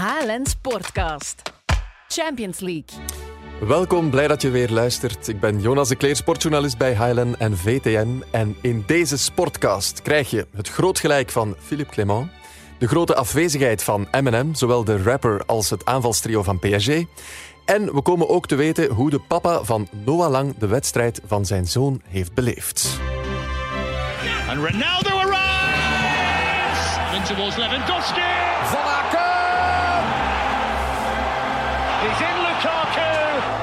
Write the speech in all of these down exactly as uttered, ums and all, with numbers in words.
H L N Sportcast. Champions League. Welkom, blij dat je weer luistert. Ik ben Jonas de Kleer, sportjournalist bij H L N en V T M. En in deze Sportcast krijg je het groot gelijk van Philippe Clement, de grote afwezigheid van Eminem, zowel de rapper als het aanvalstrio van P S G. En we komen ook te weten hoe de papa van Noah Lang de wedstrijd van zijn zoon heeft beleefd. And Ronaldo arrives! In towards Lewandowski! Van Aken! He's in Lukaku!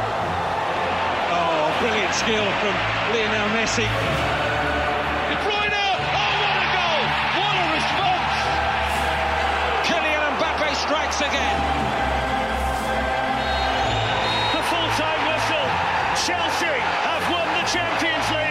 Oh, brilliant skill from Lionel Messi. De Bruyne! Oh, what a goal! What a response! Kylian Mbappe strikes again. The full-time whistle. Chelsea have won the Champions League.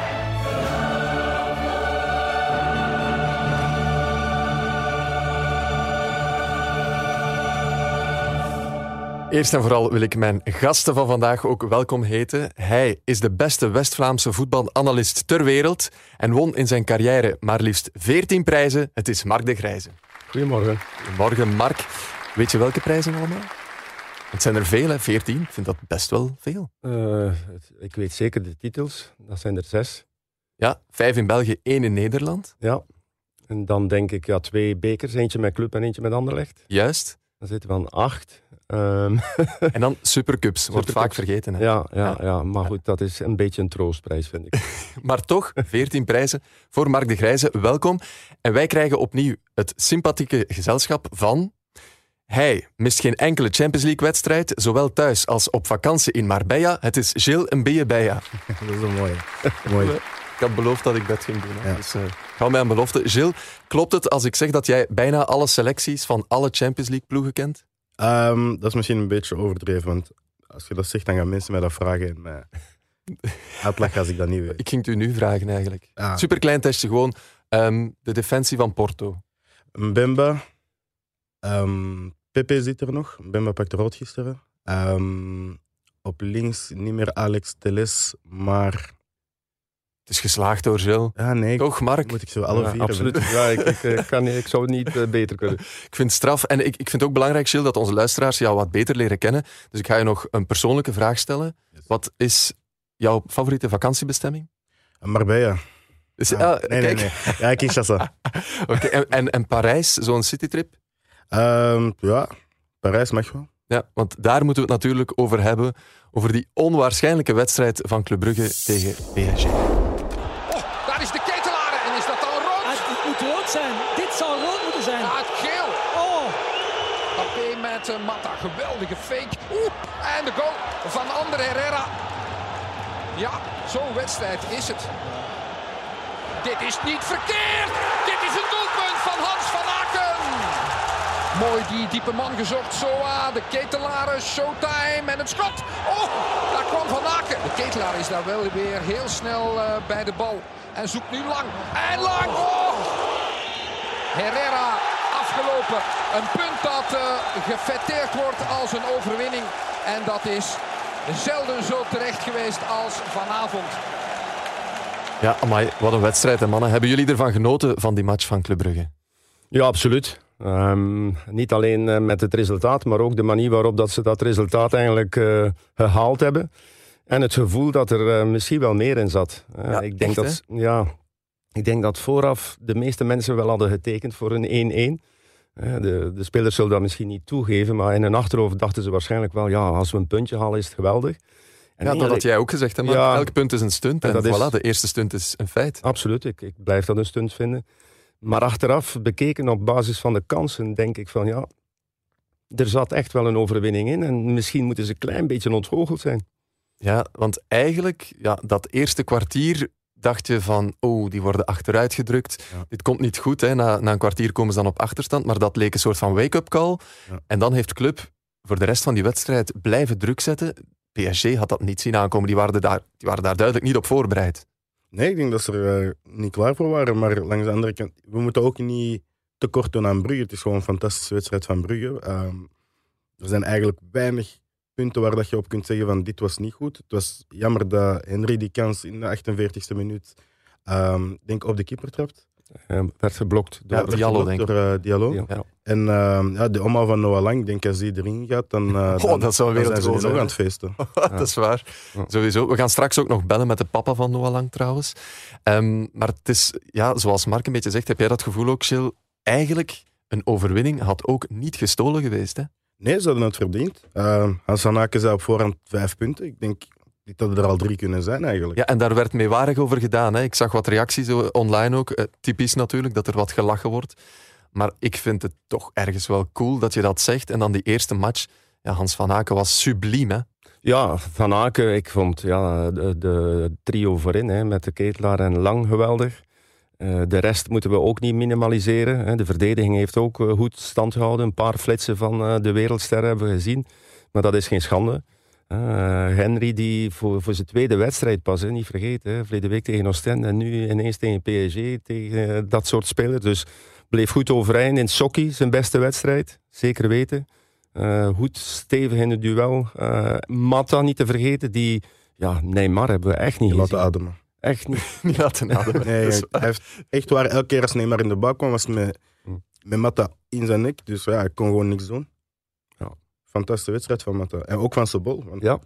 Eerst en vooral wil ik mijn gasten van vandaag ook welkom heten. Hij is de beste West-Vlaamse voetbalanalist ter wereld en won in zijn carrière maar liefst veertien prijzen. Het is Mark de Grijze. Goedemorgen. Goedemorgen, Mark. Weet je welke prijzen allemaal? Het zijn er veel, hè? veertien. Ik vind dat best wel veel. Uh, ik weet zeker de titels. Dat zijn er zes. Ja, vijf in België, één in Nederland. Ja. En dan denk ik ja, twee bekers. Eentje met Club en eentje met Anderlecht. Juist. Dan zitten we aan acht. Um. En dan Supercups, wordt vaak vergeten. Hè? Ja, ja, ja, maar goed, dat is een beetje een troostprijs, vind ik. Maar toch, veertien prijzen voor Mark de Grijze. Welkom. En wij krijgen opnieuw het sympathieke gezelschap van... Hij mist geen enkele Champions League-wedstrijd, zowel thuis als op vakantie in Marbella. Het is Gilles Mbeyebeya. Dat is een mooie. Mooi. Ik had beloofd dat ik dat ging doen. Hè. Ja. Dus uh, hou mij aan belofte. Gilles, klopt het als ik zeg dat jij bijna alle selecties van alle Champions League-ploegen kent? Um, dat is misschien een beetje overdreven, want als je dat zegt, dan gaan mensen mij dat vragen en mij uitlachen als ik dat niet weet. Ik ging het u nu vragen eigenlijk. Ah. Superklein testje, gewoon um, de defensie van Porto. Mbemba, um, Pepe zit er nog. Mbemba pakt rood gisteren. Um, op links niet meer Alex Telles, maar... Het is geslaagd door Gilles. Ja, nee. Toch, Mark? Moet ik zo alle ja, vier absoluut. hebben. Ja, ik, ik, ik, kan, ik zou het niet uh, beter kunnen. Ik vind het straf. En ik, ik vind het ook belangrijk, Gilles, dat onze luisteraars jou wat beter leren kennen. Dus ik ga je nog een persoonlijke vraag stellen. Yes. Wat is jouw favoriete vakantiebestemming? Marbella. Is, Ah, ah, nee, kijk. nee, nee. Ja, Kinshasa. Oké, okay, en, en, en Parijs, zo'n citytrip? Um, ja, Parijs mag wel. Ja, want daar moeten we het natuurlijk over hebben. Over die onwaarschijnlijke wedstrijd van Club Brugge tegen P S G. Daar is de Ketelaar en is dat al rood? Het, het moet rood zijn. Dit zou rood moeten zijn. Ja, het geel. Oh. Mbappé met uh, Mata. Geweldige fake. Oeh, en de goal van Ander Herrera. Ja, zo'n wedstrijd is het. Dit is niet verkeerd. Dit is een doelpunt van Hans van Aken. Mooi die diepe man gezocht. Soa, de Ketelaar, showtime en het schot. Oh, daar kwam Van Aken. De Ketelaar is daar wel weer heel snel uh, bij de bal. En zoekt nu Lang. En Lang. Oh. Herrera afgelopen. Een punt dat uh, gefêteerd wordt als een overwinning. En dat is zelden zo terecht geweest als vanavond. Ja, amai, wat een wedstrijd, hè, mannen. Hebben jullie ervan genoten van die match van Club Brugge? Ja, absoluut. Um, niet alleen uh, met het resultaat, maar ook de manier waarop dat ze dat resultaat eigenlijk uh, gehaald hebben. En het gevoel dat er uh, misschien wel meer in zat. Uh, Ja, ik, denk echt, dat, ja, ik denk dat vooraf de meeste mensen wel hadden getekend voor een één-één. Uh, de, de spelers zullen dat misschien niet toegeven, maar in hun achterhoofd dachten ze waarschijnlijk wel, ja, als we een puntje halen is het geweldig. En ja, dat had jij ook gezegd, hè, maar ja, elk punt is een stunt. En, en dat voilà, is, de eerste stunt is een feit. Absoluut, ik, ik blijf dat een stunt vinden. Maar achteraf, bekeken op basis van de kansen, denk ik van ja, er zat echt wel een overwinning in. En misschien moeten ze een klein beetje ontgoocheld zijn. Ja, want eigenlijk, ja, dat eerste kwartier dacht je van, oh, die worden achteruit gedrukt. Ja. Dit komt niet goed, hè. Na, na een kwartier komen ze dan op achterstand. Maar dat leek een soort van wake-up call. Ja. En dan heeft Club voor de rest van die wedstrijd blijven druk zetten. P S G had dat niet zien aankomen. Die waren daar, die waren daar duidelijk niet op voorbereid. Nee, ik denk dat ze er uh, niet klaar voor waren. Maar langs de andere kant, we moeten ook niet te kort doen aan Brugge. Het is gewoon een fantastische wedstrijd van Brugge. Um, er zijn eigenlijk weinig punten waar dat je op kunt zeggen van dit was niet goed. Het was jammer dat Henry die kans in de achtenveertigste minuut um, denk op de keeper trapt. Uh, werd geblokt door, ja, Diallo, denk ik. Door uh, Diallo. Ja. Ja. En uh, ja, de omhaal van Noah Lang, ik denk als die erin gaat, dan, uh, oh, dan, dat zou weer dan zijn ze zijn, nog hè? aan het feesten. Dat is waar. Ja. Sowieso. We gaan straks ook nog bellen met de papa van Noah Lang trouwens. Um, maar het is, ja, zoals Mark een beetje zegt, heb jij dat gevoel ook, Gilles? Eigenlijk, een overwinning had ook niet gestolen geweest, hè? Nee, ze hadden het verdiend. Uh, Hans van Aken zei op voorhand vijf punten. Ik denk... Dit hadden er al drie kunnen zijn eigenlijk. Ja, en daar werd meewarig over gedaan. Hè. Ik zag wat reacties online ook. Eh, typisch natuurlijk, dat er wat gelachen wordt. Maar ik vind het toch ergens wel cool dat je dat zegt. En dan die eerste match, ja, Hans van Aken was subliem, hè? Ja, Van Aken, ik vond ja, de, de trio voorin, hè, met de Ketelaar en Lang geweldig. Uh, de rest moeten we ook niet minimaliseren. Hè. De verdediging heeft ook uh, goed stand gehouden. Een paar flitsen van uh, de wereldsterren hebben we gezien. Maar dat is geen schande. Uh, Henry die voor, voor zijn tweede wedstrijd pas, hè, niet vergeten, hè, verleden week tegen Oostende en nu ineens tegen P S G, tegen uh, dat soort spelers. Dus bleef goed overeind in Sokki, zijn beste wedstrijd, zeker weten. Uh, goed stevig in het duel. Uh, Mata niet te vergeten, die, ja, Neymar hebben we echt niet Je gezien. laten ademen. Echt niet. Niet laten ademen. Nee, hij heeft echt waar, elke keer als Neymar in de bak kwam, was het met, met Mata in zijn nek. Dus ja, hij kon gewoon niks doen. Fantastische wedstrijd van Mata. En ook van Sobol. Want ja.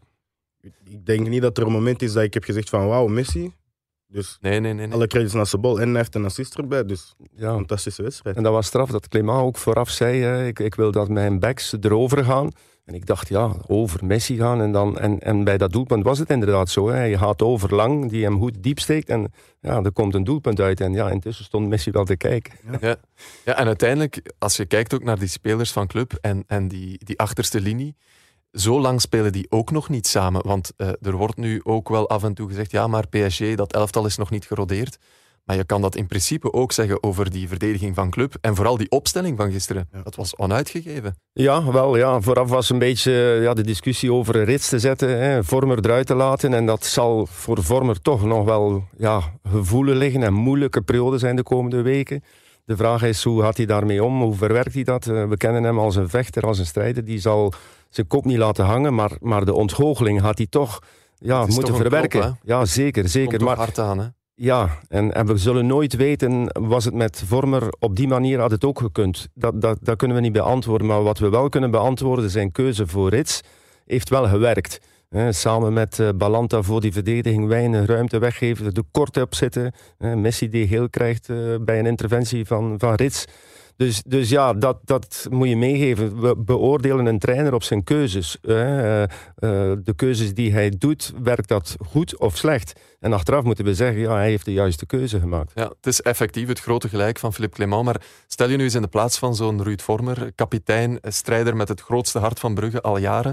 Ik denk niet dat er een moment is dat ik heb gezegd van wauw, Messi. Dus nee, nee, nee, nee. alle credits naar Sobol. En hij heeft een assist erbij. Dus ja. Fantastische wedstrijd. En dat was straf dat Clément ook vooraf zei, hè, ik, ik wil dat mijn backs erover gaan. En ik dacht, ja, over Messi gaan. En, dan, en, en bij dat doelpunt was het inderdaad zo. Hè. Hij gaat over Lang, die hem goed diep steekt. En ja, er komt een doelpunt uit. En ja, intussen stond Messi wel te kijken. Ja, ja. ja en uiteindelijk, als je kijkt ook naar die spelers van club en, en die, die achterste linie, zo lang spelen die ook nog niet samen. Want uh, er wordt nu ook wel af en toe gezegd, ja, maar P S G, dat elftal is nog niet gerodeerd. Maar je kan dat in principe ook zeggen over die verdediging van club. En vooral die opstelling van gisteren. Ja. Dat was onuitgegeven. Ja, wel. Ja. Vooraf was een beetje ja, de discussie over Rits te zetten. Hè, Vormer eruit te laten. En dat zal voor Vormer toch nog wel ja, gevoelen liggen. En moeilijke periode zijn de komende weken. De vraag is, hoe gaat hij daarmee om? Hoe verwerkt hij dat? We kennen hem als een vechter, als een strijder. Die zal zijn kop niet laten hangen. Maar, maar de ontgoocheling gaat hij toch ja, moeten toch verwerken. Klop, ja, zeker. zeker. Komt maar hard aan, hè? Ja, en, en we zullen nooit weten, was het met Vormer op die manier had het ook gekund. Dat, dat, dat kunnen we niet beantwoorden, maar wat we wel kunnen beantwoorden, zijn keuze voor Rits, heeft wel gewerkt. He, samen met uh, Balanta voor die verdediging weinig ruimte weggeven, de korte op zitten. He, Messi die geel krijgt uh, bij een interventie van, van Rits. Dus, dus ja, dat, dat moet je meegeven. We beoordelen een trainer op zijn keuzes. Uh, uh, de keuzes die hij doet, werkt dat goed of slecht? En achteraf moeten we zeggen, ja, hij heeft de juiste keuze gemaakt. Ja, het is effectief het grote gelijk van Philippe Clément. Maar stel je nu eens in de plaats van zo'n Ruud Vormer, kapitein, strijder met het grootste hart van Brugge al jaren.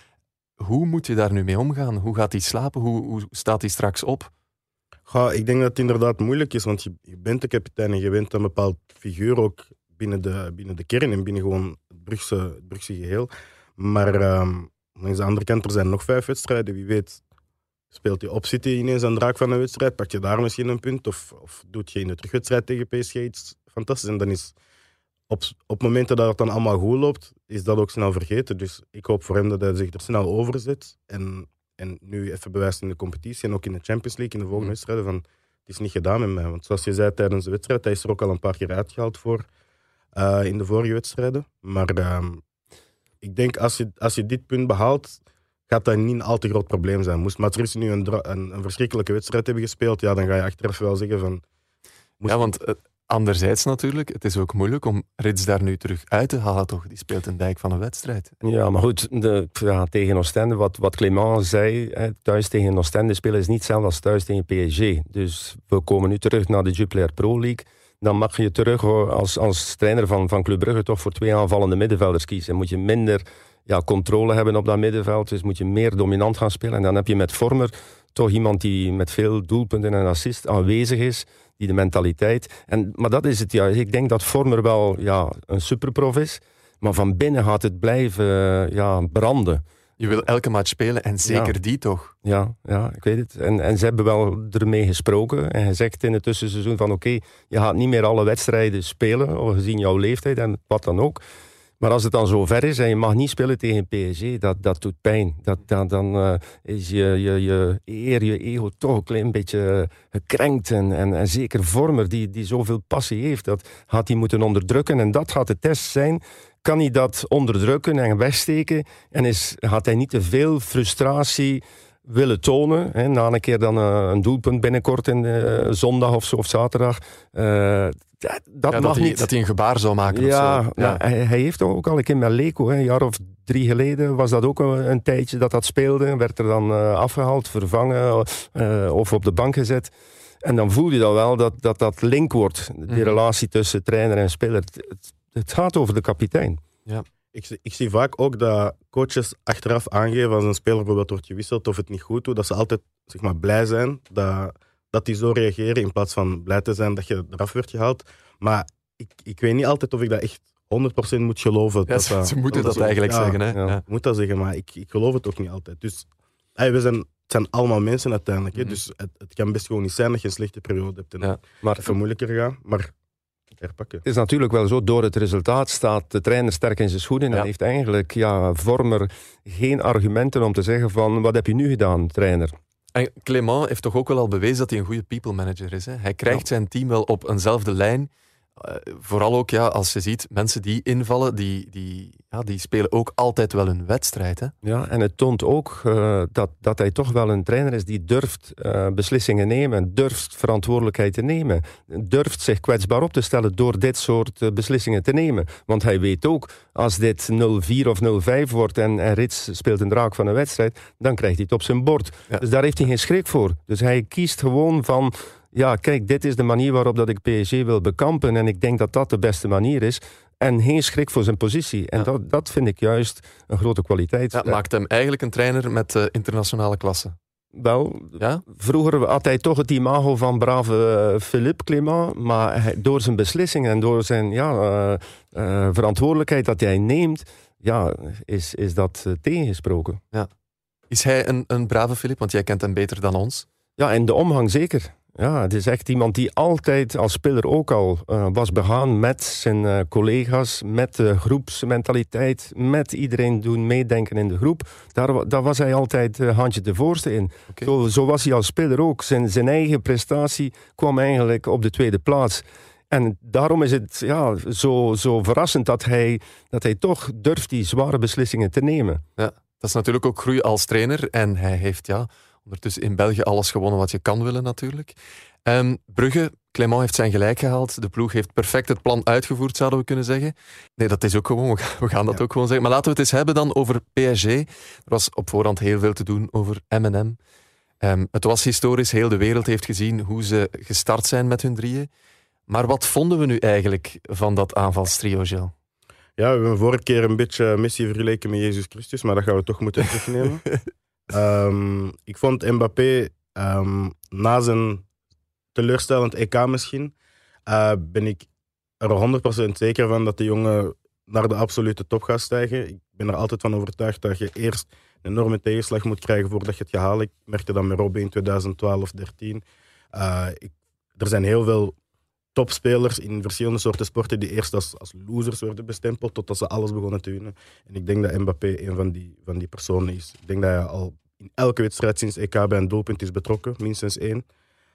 Hoe moet je daar nu mee omgaan? Hoe gaat hij slapen? Hoe, hoe staat hij straks op? Ja, ik denk dat het inderdaad moeilijk is, want je, je bent de kapitein en je bent een bepaald figuur ook binnen de, binnen de kern en binnen gewoon het Brugse, het Brugse geheel. Maar um, langs de andere kant, er zijn nog vijf wedstrijden. Wie weet speelt je op City ineens een draak van een wedstrijd, pak je daar misschien een punt of, of doet je in de terugwedstrijd tegen P S G iets fantastisch. En dan is op, op momenten dat het dan allemaal goed loopt, is dat ook snel vergeten. Dus ik hoop voor hem dat hij zich er snel over zet en, en nu even bewijst in de competitie en ook in de Champions League, in de volgende wedstrijden, van het is niet gedaan met mij. Want zoals je zei tijdens de wedstrijd, hij is er ook al een paar keer uitgehaald voor uh, in de vorige wedstrijden. Maar uh, ik denk als je, als je dit punt behaalt, gaat dat niet een al te groot probleem zijn. Moest Matrice nu een, een, een verschrikkelijke wedstrijd hebben gespeeld, ja, dan ga je achteraf wel zeggen van... Ja, want uh, anderzijds natuurlijk, het is ook moeilijk om Rits daar nu terug uit te halen, toch? Die speelt een dijk van een wedstrijd. Ja, maar goed, de, ja, tegen Oostende, wat, wat Clément zei, hè, thuis tegen Oostende spelen is niet hetzelfde als thuis tegen P S G. Dus we komen nu terug naar de Jupiler Pro League. Dan mag je terug als, als trainer van, van Club Brugge toch voor twee aanvallende middenvelders kiezen. Moet je minder ja, controle hebben op dat middenveld, dus moet je meer dominant gaan spelen. En dan heb je met Vormer toch iemand die met veel doelpunten en assist aanwezig is, die de mentaliteit... En, maar dat is het juist. Ik denk dat Vormer wel ja, een superprof is, maar van binnen gaat het blijven ja, branden. Je wil elke match spelen en zeker ja. die toch? Ja, ja, ik weet het. En, en ze hebben wel ermee gesproken en gezegd in het tussenseizoen van oké, okay, je gaat niet meer alle wedstrijden spelen, gezien jouw leeftijd en wat dan ook. Maar als het dan zo ver is en je mag niet spelen tegen P S G, dat, dat doet pijn. Dat, dat, dan uh, is je, je, je eer, je ego toch een klein beetje gekrenkt. En, en, en zeker Vormer, die, die zoveel passie heeft, dat had hij moeten onderdrukken. En dat gaat de test zijn. Kan hij dat onderdrukken en wegsteken? En is, had hij niet te veel frustratie willen tonen? Hè, na een keer dan uh, een doelpunt binnenkort in uh, zondag of zo, of zaterdag. Uh, dat, dat ja, mag dat hij, niet. Dat hij een gebaar zou maken. Ja, of zo. ja. Nou, hij, hij heeft ook al een keer met Leko, hè, een jaar of drie geleden, was dat ook een, een tijdje dat dat speelde. Werd er dan uh, afgehaald, vervangen uh, of op de bank gezet. En dan voel je dan wel dat dat, dat link wordt. Die mm. relatie tussen trainer en speler. Het, het, het gaat over de kapitein. Ja. Ik, ik zie vaak ook dat coaches achteraf aangeven als een speler bijvoorbeeld wordt gewisseld of het niet goed doet, dat ze altijd zeg maar, blij zijn dat, dat die zo reageren in plaats van blij te zijn dat je eraf wordt gehaald. Maar ik, ik weet niet altijd of ik dat echt honderd procent moet geloven. Ja, dat ze, dat, ze moeten dat, dat eigenlijk ja, zeggen. Hè? ja. Ja. Ik moet dat zeggen, maar ik, ik geloof het ook niet altijd. Dus hey, we zijn, het zijn allemaal mensen uiteindelijk. Hè? Mm-hmm. Dus het, het kan best gewoon niet zijn dat je een slechte periode hebt en Ja. maar even moeilijker gaan. Maar herpakken. Het is natuurlijk wel zo, door het resultaat staat de trainer sterk in zijn schoenen en Ja. heeft eigenlijk ja, Vormer geen argumenten om te zeggen van wat heb je nu gedaan, trainer? En Clément heeft toch ook wel al bewezen dat hij een goede people manager is. Hè? Hij krijgt ja. zijn team wel op eenzelfde lijn. Uh, vooral ook, ja, als je ziet, mensen die invallen, die, die, ja, die spelen ook altijd wel een wedstrijd. Hè? Ja, en het toont ook uh, dat, dat hij toch wel een trainer is die durft uh, beslissingen nemen, durft verantwoordelijkheid te nemen, durft zich kwetsbaar op te stellen door dit soort uh, beslissingen te nemen. Want hij weet ook, als dit nul vier of nul vijf wordt en, en Rits speelt een draak van een wedstrijd, dan krijgt hij het op zijn bord. Ja. Dus daar heeft hij geen schrik voor. Dus hij kiest gewoon van, ja, kijk, dit is de manier waarop dat ik P S G wil bekampen en ik denk dat dat de beste manier is. En geen schrik voor zijn positie. En ja. dat, dat vind ik juist een grote kwaliteit. Ja, maakt hem eigenlijk een trainer met uh, internationale klasse. Wel, ja? vroeger had hij toch het imago van brave uh, Philippe Clément, maar hij, door zijn beslissingen en door zijn ja, uh, uh, verantwoordelijkheid dat hij neemt, ja, is, is dat uh, tegengesproken. Ja. Is hij een, een brave Philippe? Want jij kent hem beter dan ons. Ja, in de omgang zeker. Ja, het is echt iemand die altijd als speler ook al uh, was begaan met zijn uh, collega's, met de groepsmentaliteit, met iedereen doen meedenken in de groep. Daar, daar was hij altijd uh, handje de voorste in. Okay. Zo, zo was hij als speler ook. Zijn, zijn eigen prestatie kwam eigenlijk op de tweede plaats. En daarom is het ja, zo, zo verrassend dat hij, dat hij toch durft die zware beslissingen te nemen. Ja, dat is natuurlijk ook groei als trainer. En hij heeft ja, ondertussen in België alles gewonnen wat je kan willen natuurlijk. Um, Brugge, Clément heeft zijn gelijk gehaald. De ploeg heeft perfect het plan uitgevoerd, zouden we kunnen zeggen. Nee, dat is ook gewoon, we gaan dat ja. ook gewoon zeggen. Maar laten we het eens hebben dan over P S G. Er was op voorhand heel veel te doen over M en M. Um, het was historisch, heel de wereld heeft gezien hoe ze gestart zijn met hun drieën. Maar wat vonden we nu eigenlijk van dat aanvalstrio, Gilles? Ja, we hebben vorige keer een beetje Messi vergeleken met Jezus Christus, maar dat gaan we toch moeten terugnemen. um, ik vond Mbappé um, na zijn teleurstellend E K misschien, uh, ben ik er honderd procent zeker van dat de jongen naar de absolute top gaat stijgen. Ik ben er altijd van overtuigd dat je eerst een enorme tegenslag moet krijgen voordat je het gaat halen. Ik merkte dat met Robben in twintig twaalf dertien. Uh, ik, er zijn heel veel topspelers in verschillende soorten sporten die eerst als, als losers werden bestempeld totdat ze alles begonnen te winnen. En ik denk dat Mbappé een van die, van die personen is. Ik denk dat hij al in elke wedstrijd sinds E K bij een doelpunt is betrokken, minstens één.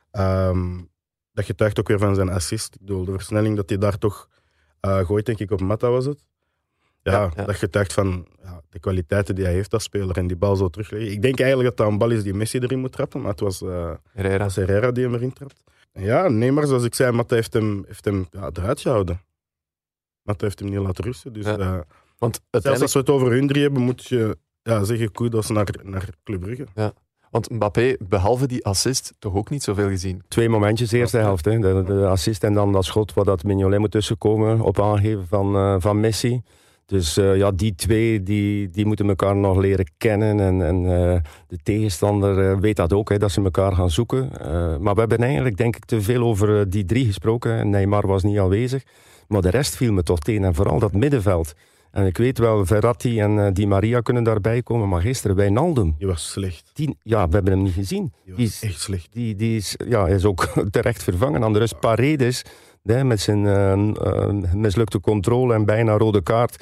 Um, dat getuigt ook weer van zijn assist. Ik bedoel, de versnelling dat hij daar toch uh, gooit, denk ik, op Mata was het. Ja, ja, ja. Dat getuigt van ja, de kwaliteiten die hij heeft als speler en die bal zo terugleggen. Ik denk eigenlijk dat dat een bal is die Messi erin moet trappen, maar het was, uh, Herrera. was Herrera die hem erin trapt. Ja, nee, maar zoals ik zei, Mata heeft hem, heeft hem ja, eruit gehouden. Mata heeft hem niet laten rusten. Dus, ja. uh, Want uiteindelijk... Zelfs als we het over hun drie hebben, moet je ja, zeggen kudos naar, naar Club Brugge. Ja. Want Mbappé, behalve die assist, toch ook niet zoveel gezien. Twee momentjes, de eerste helft. Hè. De, de assist en dan dat schot waar dat Mignolet moet tussenkomen op aangeven van, uh, van Messi. Dus uh, ja, die twee die, die moeten elkaar nog leren kennen. En, en uh, de tegenstander uh, weet dat ook, hè, dat ze elkaar gaan zoeken. Uh, maar we hebben eigenlijk, denk ik, te veel over uh, die drie gesproken. Neymar was niet aanwezig. Maar de rest viel me toch tegen. En vooral dat middenveld. En ik weet wel, Verratti en uh, Di Maria kunnen daarbij komen. Maar gisteren, Wijnaldum. Die was slecht. Die, ja, we hebben hem niet gezien. Die was die is, echt slecht. Die, die is, ja, is ook terecht vervangen. Aan de rust Paredes, hè, met zijn uh, uh, mislukte controle en bijna rode kaart.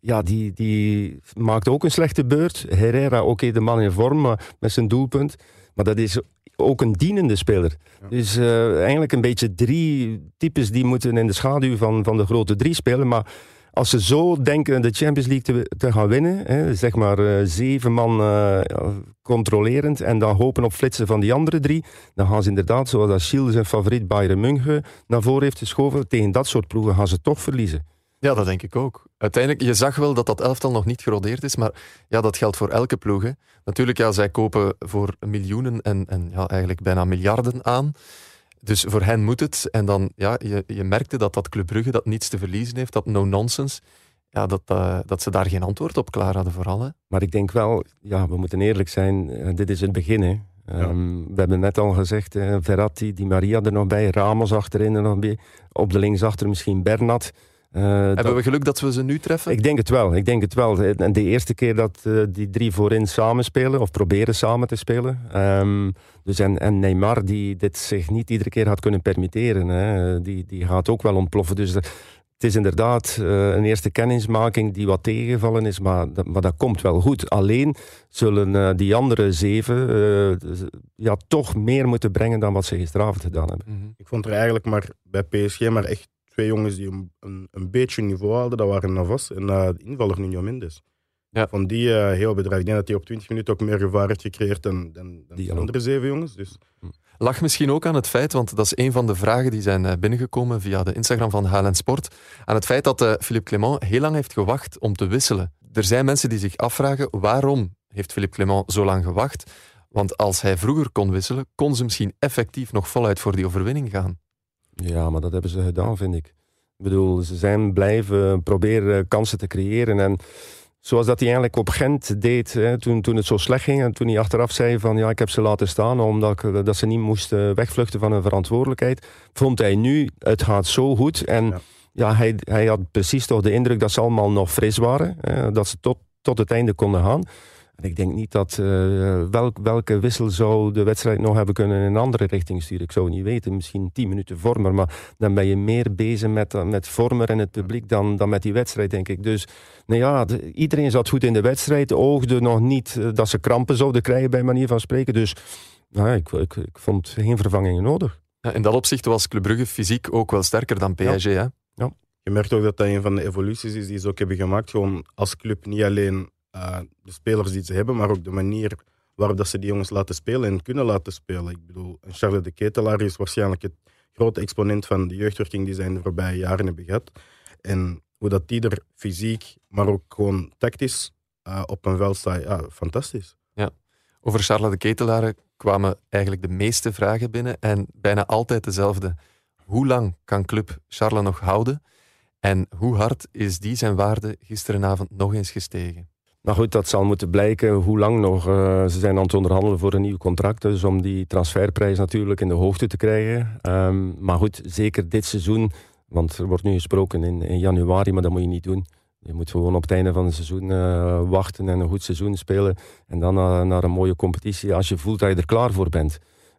ja, die, die maakt ook een slechte beurt. Herrera, oké, okay, de man in vorm, maar met zijn doelpunt. Maar dat is ook een dienende speler. Ja. Dus uh, eigenlijk een beetje drie types die moeten in de schaduw van, van de grote drie spelen. Maar als ze zo denken de Champions League te, te gaan winnen, hè, zeg maar uh, zeven man uh, controlerend en dan hopen op flitsen van die andere drie, dan gaan ze inderdaad, zoals dat Gilles zijn favoriet Bayern München naar voren heeft geschoven, tegen dat soort ploegen gaan ze toch verliezen. Ja, dat denk ik ook. Uiteindelijk, je zag wel dat dat elftal nog niet gerodeerd is, maar ja, dat geldt voor elke ploeg. Hè. Natuurlijk, ja, zij kopen voor miljoenen en, en ja, eigenlijk bijna miljarden aan. Dus voor hen moet het. En dan, ja, je, je merkte dat dat Club Brugge dat niets te verliezen heeft, dat no-nonsense, ja, dat, uh, dat ze daar geen antwoord op klaar hadden vooral. Hè. Maar ik denk wel, ja, we moeten eerlijk zijn, uh, dit is het begin, hè. Um, ja. We hebben net al gezegd, uh, Verratti, Di Maria er nog bij, Ramos achterin er nog bij, op de linksachter misschien Bernat. Uh, Hebben dat... we geluk dat we ze nu treffen? Ik denk het wel, ik denk het wel. En de eerste keer dat uh, die drie voorin samen spelen, of proberen samen te spelen. Um, dus en, en Neymar, die dit zich niet iedere keer had kunnen permitteren, hè, die, die gaat ook wel ontploffen. Dus de, het is inderdaad uh, een eerste kennismaking die wat tegengevallen is, maar dat, maar dat komt wel goed. Alleen zullen uh, die andere zeven uh, ja, toch meer moeten brengen dan wat ze gisteravond gedaan hebben. Mm-hmm. Ik vond er eigenlijk maar bij P S G maar echt twee jongens die een, een, een beetje niveau hadden, dat waren Navas en uh, de invaller Nuno Mendes. Ja. Van die uh, heel bedrijf. Ik denk dat hij op twintig minuten ook meer gevaar heeft gecreëerd dan, dan, dan die andere zeven jongens. Dus. Lag misschien ook aan het feit, want dat is een van de vragen die zijn binnengekomen via de Instagram van Highland Sport, aan het feit dat uh, Philippe Clement heel lang heeft gewacht om te wisselen. Er zijn mensen die zich afvragen, waarom heeft Philippe Clement zo lang gewacht? Want als hij vroeger kon wisselen, kon ze misschien effectief nog voluit voor die overwinning gaan. Ja, maar dat hebben ze gedaan, vind ik. Ik bedoel, ze zijn blijven proberen kansen te creëren. En zoals dat hij eigenlijk op Gent deed, hè, toen, toen het zo slecht ging. En toen hij achteraf zei van, ja, ik heb ze laten staan omdat ik, dat ze niet moesten wegvluchten van hun verantwoordelijkheid. Vond hij nu, het gaat zo goed. En ja, ja hij, hij had precies toch de indruk dat ze allemaal nog fris waren. Hè, dat ze tot, tot het einde konden gaan. En ik denk niet dat uh, welk, welke wissel zou de wedstrijd nog hebben kunnen in een andere richting sturen. Ik zou het niet weten, misschien tien minuten Vormer, maar dan ben je meer bezig met, met Vormer en het publiek dan, dan met die wedstrijd, denk ik. Dus nou ja, de, iedereen zat goed in de wedstrijd, oogde nog niet uh, dat ze krampen zouden krijgen bij manier van spreken. Dus nou ja, ik, ik, ik vond geen vervangingen nodig. Ja, in dat opzicht was Club Brugge fysiek ook wel sterker dan P S G, ja. Hè? Ja. Je merkt ook dat dat een van de evoluties is die ze ook hebben gemaakt. Gewoon als club niet alleen Uh, de spelers die ze hebben, maar ook de manier waarop dat ze die jongens laten spelen en kunnen laten spelen. Ik bedoel, Charles de Ketelaar is waarschijnlijk het grote exponent van de jeugdwerking die ze in de voorbije jaren hebben gehad. En hoe dat die er fysiek, maar ook gewoon tactisch uh, op een veld staat, ja, fantastisch. Ja. Over Charles de Ketelaar kwamen eigenlijk de meeste vragen binnen en bijna altijd dezelfde. Hoe lang kan club Charles nog houden? En hoe hard is die zijn waarde gisterenavond nog eens gestegen? Nou goed, dat zal moeten blijken hoe lang nog. Uh, ze zijn aan het onderhandelen voor een nieuw contract, dus om die transferprijs natuurlijk in de hoogte te krijgen. Um, maar goed, zeker dit seizoen, want er wordt nu gesproken in, in januari, maar dat moet je niet doen. Je moet gewoon op het einde van het seizoen uh, wachten en een goed seizoen spelen. En dan uh, naar een mooie competitie als je voelt dat je er klaar voor bent.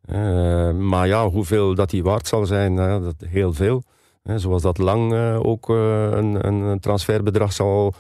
Uh, maar ja, hoeveel dat die waard zal zijn, uh, dat heel veel. Uh, zoals dat lang uh, ook uh, een, een transferbedrag zal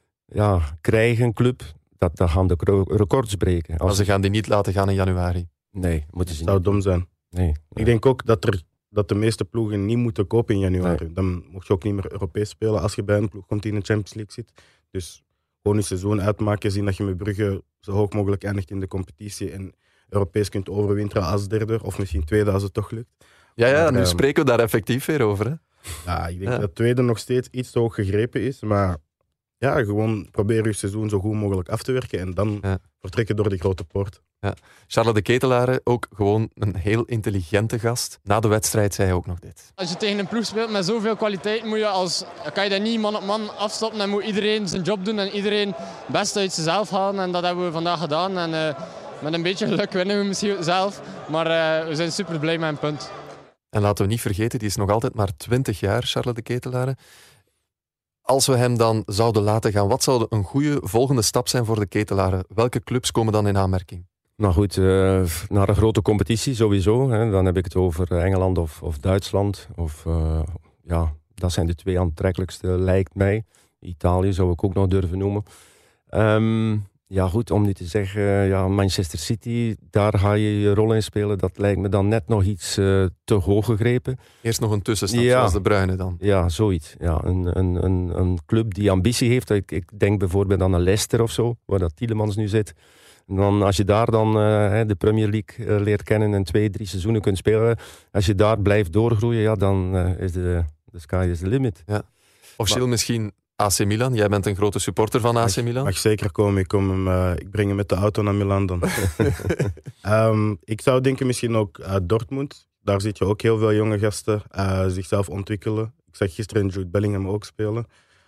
ja, krijgen, club, dat, dat gaan de records breken. Als maar ze gaan die niet laten gaan in januari? Nee, moeten ze niet. Zou dom zijn. Nee, nee. Ik denk ook dat, er, dat de meeste ploegen niet moeten kopen in januari. Nee. Dan mocht je ook niet meer Europees spelen als je bij een ploeg komt die in de Champions League zit. Dus gewoon je seizoen uitmaken, zien dat je met Brugge zo hoog mogelijk eindigt in de competitie en Europees kunt overwinteren als derde, of misschien tweede als het toch lukt. Ja, ja, maar, nu um, spreken we daar effectief weer over. Hè? Ja, ik denk ja. dat tweede nog steeds iets te hoog gegrepen is, maar ja, gewoon probeer je seizoen zo goed mogelijk af te werken en dan ja. vertrekken door die grote poort. Ja. Charles de Ketelaar, ook gewoon een heel intelligente gast. Na de wedstrijd zei hij ook nog dit. Als je tegen een ploeg speelt met zoveel kwaliteit, moet je als, kan je dat niet man op man afstoppen en moet iedereen zijn job doen en iedereen het beste uit zichzelf halen. En dat hebben we vandaag gedaan. En uh, met een beetje geluk winnen we misschien zelf, maar uh, we zijn super blij met een punt. En laten we niet vergeten, die is nog altijd maar twintig jaar, Charles de Ketelaar. Als we hem dan zouden laten gaan, wat zou een goede volgende stap zijn voor de Ketelaren? Welke clubs komen dan in aanmerking? Nou goed, uh, naar een grote competitie sowieso. Hè. Dan heb ik het over Engeland of, of Duitsland. Of, uh, ja, dat zijn de twee aantrekkelijkste, lijkt mij. Italië zou ik ook nog durven noemen. Um, ja goed, om nu te zeggen, ja, Manchester City, daar ga je je rol in spelen. Dat lijkt me dan net nog iets uh, te hoog gegrepen. Eerst nog een tussenstap, ja. zoals de Bruyne dan. Ja, zoiets. Ja, een, een, een, een club die ambitie heeft. Ik, ik denk bijvoorbeeld aan een Leicester of zo, waar dat Tielemans nu zit. En dan, als je daar dan uh, de Premier League uh, leert kennen en twee, drie seizoenen kunt spelen, als je daar blijft doorgroeien, ja, dan uh, is de, de sky is the limit. Ja. Officieel maar, misschien A C Milan. Jij bent een grote supporter van A C Milan. Mag zeker komen. Ik, kom hem, uh, ik breng hem met de auto naar Milan dan. um, ik zou denken misschien ook uh, Dortmund. Daar zit je ook heel veel jonge gasten uh, zichzelf ontwikkelen. Ik zag gisteren Jude Bellingham ook spelen.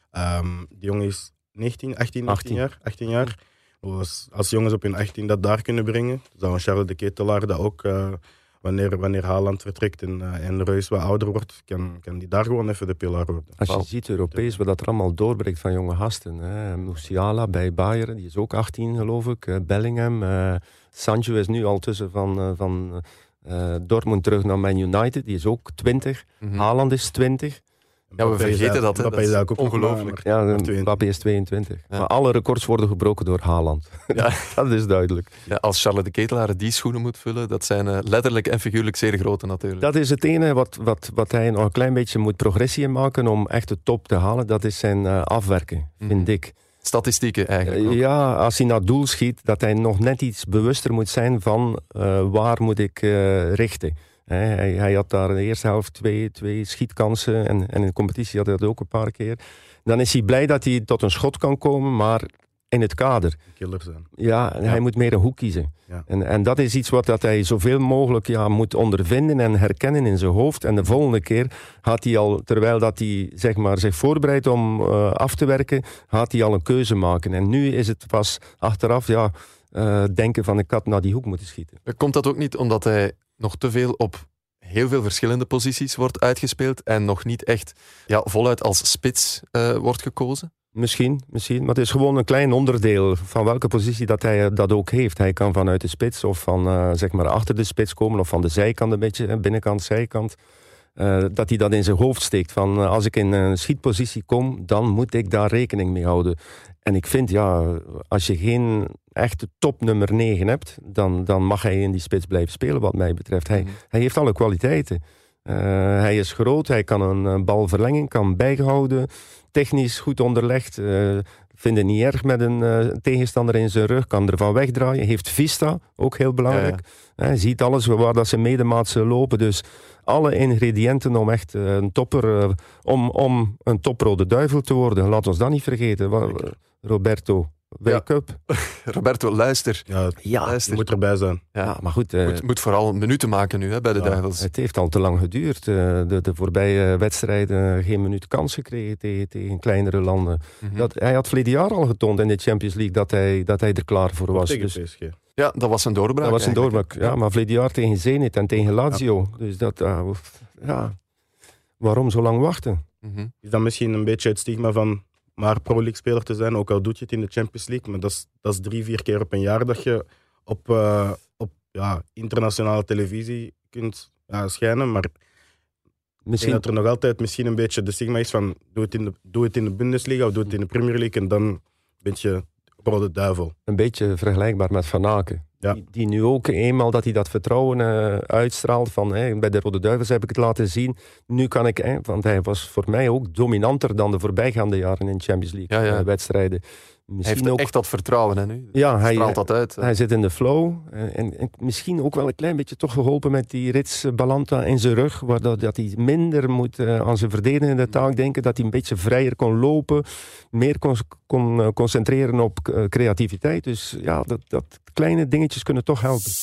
Um, die jongen is negentien, achttien, negentien jaar. achttien jaar. Als, als jongens op hun achttien dat daar kunnen brengen, zou een Charles de Ketelaar dat ook, uh, wanneer, wanneer Haaland vertrekt en, uh, en Reus wat ouder wordt, kan, kan die daar gewoon even de pilaar worden. Als je wow. ziet Europees wat dat er allemaal doorbreekt van jonge gasten. Hè. Musiala bij Bayern, die is ook achttien geloof ik. Uh, Bellingham. Uh, Sancho is nu al tussen van, uh, van uh, Dortmund terug naar Man United. Die is ook twintig. Mm-hmm. Haaland is twintig. Ja, we vergeten dat. Hè. Dat is ook ongelooflijk. Ja, Mbappé is tweeëntwintig. Ja. Maar alle records worden gebroken door Haaland. Ja. Dat is duidelijk. Ja, als Charles de Ketelaar die schoenen moet vullen, dat zijn uh, letterlijk en figuurlijk zeer grote natuurlijk. Dat is het ene wat, wat, wat hij nog een klein beetje moet progressie in maken om echt de top te halen. Dat is zijn uh, afwerken, vind mm. ik. Statistieken eigenlijk ook. Ja, als hij naar doel schiet, dat hij nog net iets bewuster moet zijn van uh, waar moet ik uh, richten. Hij, hij had daar in de eerste helft twee, twee schietkansen en, en in de competitie had hij dat ook een paar keer. Dan is hij blij dat hij tot een schot kan komen, maar in het kader. Killer zijn. Ja, ja. Hij moet meer een hoek kiezen. Ja. En, en dat is iets wat dat hij zoveel mogelijk ja, moet ondervinden en herkennen in zijn hoofd. En de volgende keer gaat hij al, terwijl dat hij zeg maar, zich voorbereidt om uh, af te werken, gaat hij al een keuze maken. En nu is het pas achteraf ja, uh, denken van ik had naar die hoek moeten schieten. Komt dat ook niet omdat hij nog te veel op heel veel verschillende posities wordt uitgespeeld en nog niet echt ja, voluit als spits uh, wordt gekozen? Misschien, misschien, maar het is gewoon een klein onderdeel van welke positie dat hij dat ook heeft. Hij kan vanuit de spits of van uh, zeg maar achter de spits komen of van de zijkant een beetje, binnenkant, zijkant. Uh, dat hij dat in zijn hoofd steekt van uh, als ik in een schietpositie kom, dan moet ik daar rekening mee houden. En ik vind, ja, als je geen echte top nummer negen hebt, dan, dan mag hij in die spits blijven spelen wat mij betreft. Hij, mm. hij heeft alle kwaliteiten. Uh, hij is groot, hij kan een, een bal verlengen, kan bijhouden, technisch goed onderlegd. Uh, vind het niet erg met een uh, tegenstander in zijn rug, kan ervan wegdraaien. Heeft vista, ook heel belangrijk. Ja, ja. Hij ziet alles waar dat zijn medemaatsen lopen, dus alle ingrediënten om echt uh, een topper, uh, om, om een toprode duivel te worden. Laat ons dat niet vergeten. Wat, Roberto, wake ja. up. Roberto, luister. Ja, ja. luister. Moet erbij zijn. Ja, ja maar goed. Uh, moet, moet vooral minuten maken nu hè, bij de ja. Duivels. Het heeft al te lang geduurd. Uh, de, de voorbije wedstrijden geen minuut kans gekregen tegen, tegen kleinere landen. Mm-hmm. Dat, hij had verleden jaar al getoond in de Champions League dat hij, dat hij er klaar voor was. Tegen dus, P S G. Ja, dat was een doorbraak. Dat was een doorbraak, ja. Maar verleden jaar tegen Zenit en tegen Lazio. Ja. Dus dat, uh, ja. Waarom zo lang wachten? Mm-hmm. Is dat misschien een beetje het stigma van maar Pro League speler te zijn, ook al doe je het in de Champions League, maar dat is, dat is drie, vier keer op een jaar dat je op, uh, op ja, internationale televisie kunt ja, schijnen, maar misschien dat er nog altijd misschien een beetje de stigma is van doe het in de, doe het in de Bundesliga of doe het in de Premier League en dan ben je rode duivel. Een beetje vergelijkbaar met Van Aken. Ja. Die, die nu ook eenmaal dat hij dat vertrouwen uh, uitstraalt van hey, bij de Rode Duivels heb ik het laten zien. Nu kan ik, hey, want hij was voor mij ook dominanter dan de voorbijgaande jaren in Champions League ja, ja. Uh, wedstrijden. Misschien hij heeft ook echt dat vertrouwen hè, nu. Ja, hij straalt dat uit. Hij zit in de flow en, en, en misschien ook wel een klein beetje toch geholpen met die rits Balanta in zijn rug, waar dat, dat hij minder moet uh, aan zijn verdedigende taak denken, dat hij een beetje vrijer kon lopen, meer kon, kon uh, concentreren op uh, creativiteit. Dus ja, dat, dat kleine dingetjes kunnen toch helpen.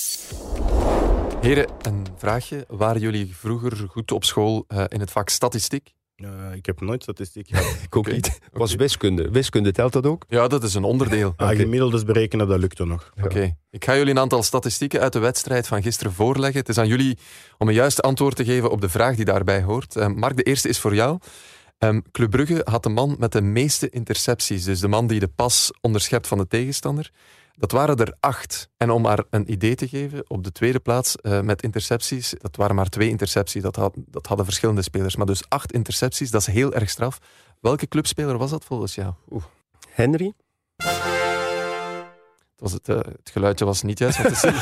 Heren, een vraagje. Waren jullie vroeger goed op school uh, in het vak statistiek? Uh, ik heb nooit statistiek gehad. Ik ook niet. Het was okay. wiskunde. Wiskunde telt dat ook? Ja, dat is een onderdeel. Ah, okay. Gemiddeldes berekenen, dat lukte nog. Oké. Okay. Ik ga jullie een aantal statistieken uit de wedstrijd van gisteren voorleggen. Het is aan jullie om een juiste antwoord te geven op de vraag die daarbij hoort. Uh, Mark, de eerste is voor jou. Um, Club Brugge had de man met de meeste intercepties. Dus de man die de pas onderschept van de tegenstander. Dat waren er acht. En om maar een idee te geven, op de tweede plaats uh, met intercepties, dat waren maar twee intercepties. Dat, had, dat hadden verschillende spelers. Maar dus acht intercepties, dat is heel erg straf. Welke clubspeler was dat volgens jou? Oeh. Henry? Het, was het, uh, het geluidje was niet juist. Want het is...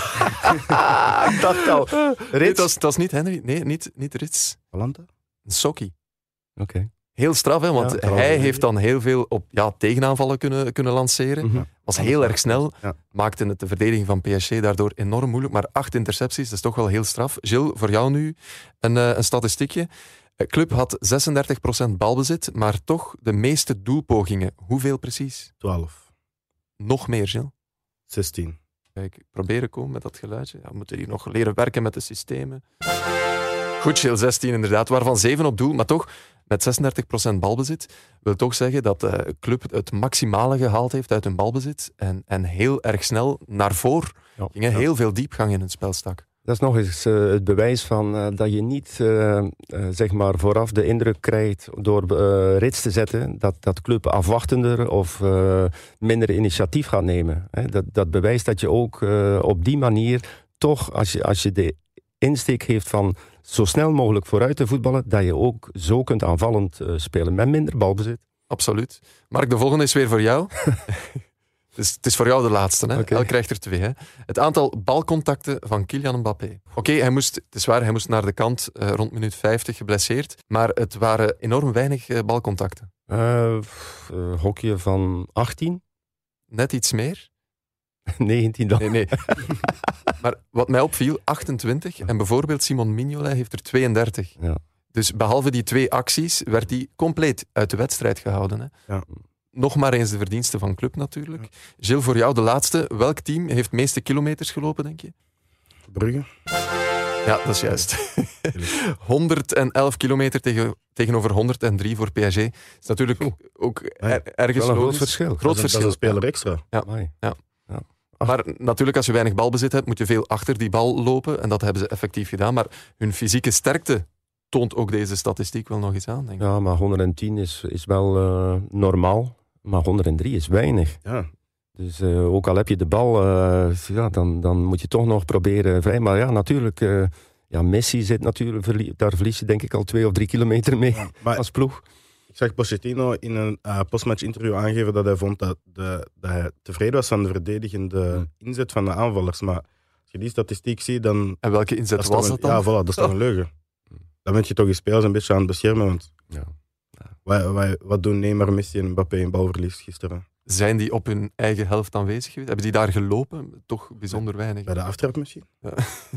Ik dacht al. Nee, het, was, het was niet Henry. Nee, niet, niet Rits. Valente? Sokkie. Oké. Okay. Heel straf, hè, want ja, hij heeft dan heel veel op ja, tegenaanvallen kunnen, kunnen lanceren. Mm-hmm. Was heel erg snel. Ja. Maakte het de verdediging van P S G daardoor enorm moeilijk. Maar acht intercepties, dat is toch wel heel straf. Gilles, voor jou nu een, uh, een statistiekje. De club had zesendertig procent balbezit, maar toch de meeste doelpogingen. Hoeveel precies? twaalf. Nog meer, Gilles? zestien. Kijk, proberen komen met dat geluidje. Ja, we moeten hier nog leren werken met de systemen. Goed, Gilles, zestien inderdaad, waarvan zeven op doel, maar toch met zesendertig procent balbezit wil toch zeggen dat de club het maximale gehaald heeft uit hun balbezit en, en heel erg snel naar voren ja, gingen, ja. heel veel diepgang in hun spel stak. Dat is nog eens uh, het bewijs van uh, dat je niet uh, uh, zeg maar vooraf de indruk krijgt door uh, rits te zetten dat dat club afwachtender of uh, minder initiatief gaat nemen. Hè? Dat, dat bewijst dat je ook uh, op die manier toch, als je, als je de insteek heeft van zo snel mogelijk vooruit te voetballen, dat je ook zo kunt aanvallend uh, spelen met minder balbezit. Absoluut. Mark, de volgende is weer voor jou. Dus het is voor jou de laatste. Hè? Okay. Elk krijgt er twee. Hè? Het aantal balcontacten van Kylian Mbappé. Oké, okay, hij moest, het is waar, hij moest naar de kant uh, rond minuut vijftig geblesseerd. Maar het waren enorm weinig uh, balcontacten. Uh, uh, hokje van achttien? Net iets meer? negentien dan. Nee, nee. Maar wat mij opviel, achtentwintig. En bijvoorbeeld Simon Mignolet heeft er tweeëndertig. Ja. Dus behalve die twee acties werd hij compleet uit de wedstrijd gehouden. Hè? Ja. Nog maar eens de verdiensten van club natuurlijk. Ja. Gilles, voor jou de laatste. Welk team heeft de meeste kilometers gelopen, denk je? Brugge. Ja, dat is juist. honderdelf kilometer tegen, tegenover honderddrie voor P S G. Dat is natuurlijk Oeh. ook er, ergens wel een logisch. groot verschil. Groot dat verschil. Dat is een speler extra. Ja. ja. ja. Maar natuurlijk, als je weinig balbezit hebt, moet je veel achter die bal lopen. En dat hebben ze effectief gedaan. Maar hun fysieke sterkte toont ook deze statistiek wel nog eens aan, denk ik. Ja, maar honderdtien is, is wel uh, normaal. Maar honderddrie is weinig. Ja. Dus uh, ook al heb je de bal, uh, ja, dan, dan moet je toch nog proberen vrij. Maar ja, natuurlijk, uh, ja, Messi zit natuurlijk, verlie- daar verlies je denk ik al twee of drie kilometer mee ja, maar als ploeg. Ik zag Pochettino in een uh, postmatch interview aangeven dat hij vond dat, de, dat hij tevreden was van de verdedigende hmm. inzet van de aanvallers. Maar als je die statistiek ziet, dan... En welke inzet dat was een, dat dan? Ja, voilà, dat is toch een leugen. Dan ben je toch je spelers een beetje aan het beschermen, want... Ja. Wij, wij, wat doen Neymar, Messi en Mbappé in balverlies gisteren? Zijn die op hun eigen helft aanwezig geweest? Hebben die daar gelopen? Toch bijzonder weinig. Bij de aftrap misschien? Ja.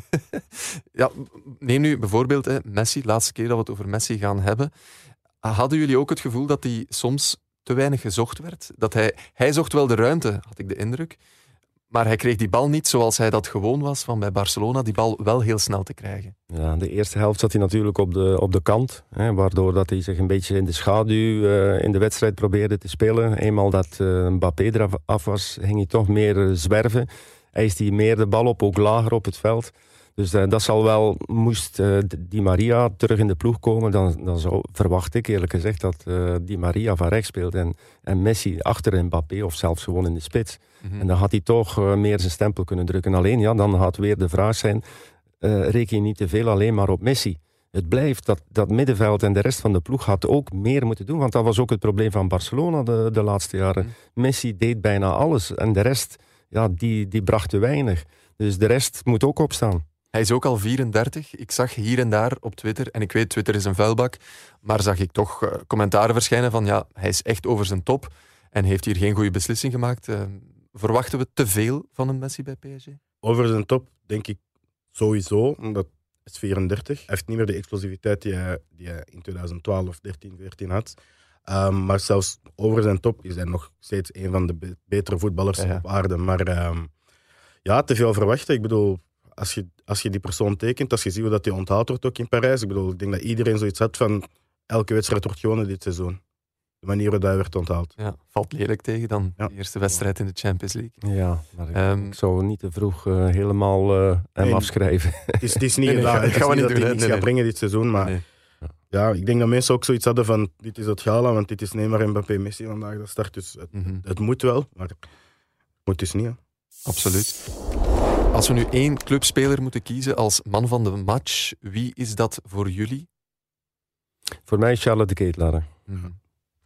Ja, neem nu bijvoorbeeld hè, Messi, laatste keer dat we het over Messi gaan hebben. Hadden jullie ook het gevoel dat hij soms te weinig gezocht werd? Dat hij, hij zocht wel de ruimte, had ik de indruk. Maar hij kreeg die bal niet zoals hij dat gewoon was van bij Barcelona, die bal wel heel snel te krijgen. Ja, de eerste helft zat hij natuurlijk op de, op de kant. Hè, waardoor dat hij zich een beetje in de schaduw uh, in de wedstrijd probeerde te spelen. Eenmaal dat uh, Mbappé eraf af was, ging hij toch meer uh, zwerven. Eiste hij meer de bal op, ook lager op het veld. Dus uh, dat zal wel, moest uh, Di Maria terug in de ploeg komen, dan, dan zou, verwacht ik eerlijk gezegd dat uh, Di Maria van rechts speelt en, en Messi achter Mbappé of zelfs gewoon in de spits. Mm-hmm. En dan had hij toch uh, meer zijn stempel kunnen drukken. Alleen ja, dan had weer de vraag zijn, uh, reken je niet te veel alleen maar op Messi. Het blijft dat, dat middenveld en de rest van de ploeg had ook meer moeten doen, want dat was ook het probleem van Barcelona de, de laatste jaren. Mm-hmm. Messi deed bijna alles en de rest, ja, die, die bracht te weinig. Dus de rest moet ook opstaan. Hij is ook al vierendertig. Ik zag hier en daar op Twitter, en ik weet, Twitter is een vuilbak, maar zag ik toch uh, commentaren verschijnen van ja, hij is echt over zijn top en heeft hier geen goede beslissing gemaakt. Uh, verwachten we te veel van een Messi bij P S G? Over zijn top denk ik sowieso, omdat hij is vierendertig. Hij heeft niet meer de explosiviteit die hij, die hij in twintig twaalf, dertien, veertien had. Um, maar zelfs over zijn top is hij nog steeds een van de be- betere voetballers ja, ja. op aarde. Maar um, ja, te veel verwachten. Ik bedoel... Als je, als je die persoon tekent, als je ziet hoe dat die onthaald wordt ook in Parijs. Ik bedoel, ik denk dat iedereen zoiets had van elke wedstrijd wordt gewonnen dit seizoen. De manier waarop hij werd onthaald. Ja, valt lelijk tegen dan ja. de eerste wedstrijd in de Champions League. Ja, maar ik, um, ik zou niet te vroeg uh, helemaal uh, hem nee, afschrijven. Het is, het is niet, nee, nee, nou, het is niet, niet dat hij niets nee, gaat nee. brengen dit seizoen, maar nee. ja, ik denk dat mensen ook zoiets hadden van dit is het gala, want dit is Neymar, Mbappé, Messi vandaag. Dat start dus, het, mm-hmm. het moet wel, maar het moet dus niet. Hè. Absoluut. Als we nu één clubspeler moeten kiezen als man van de match, wie is dat voor jullie? Voor mij Charles de Ketelaere. Mm-hmm.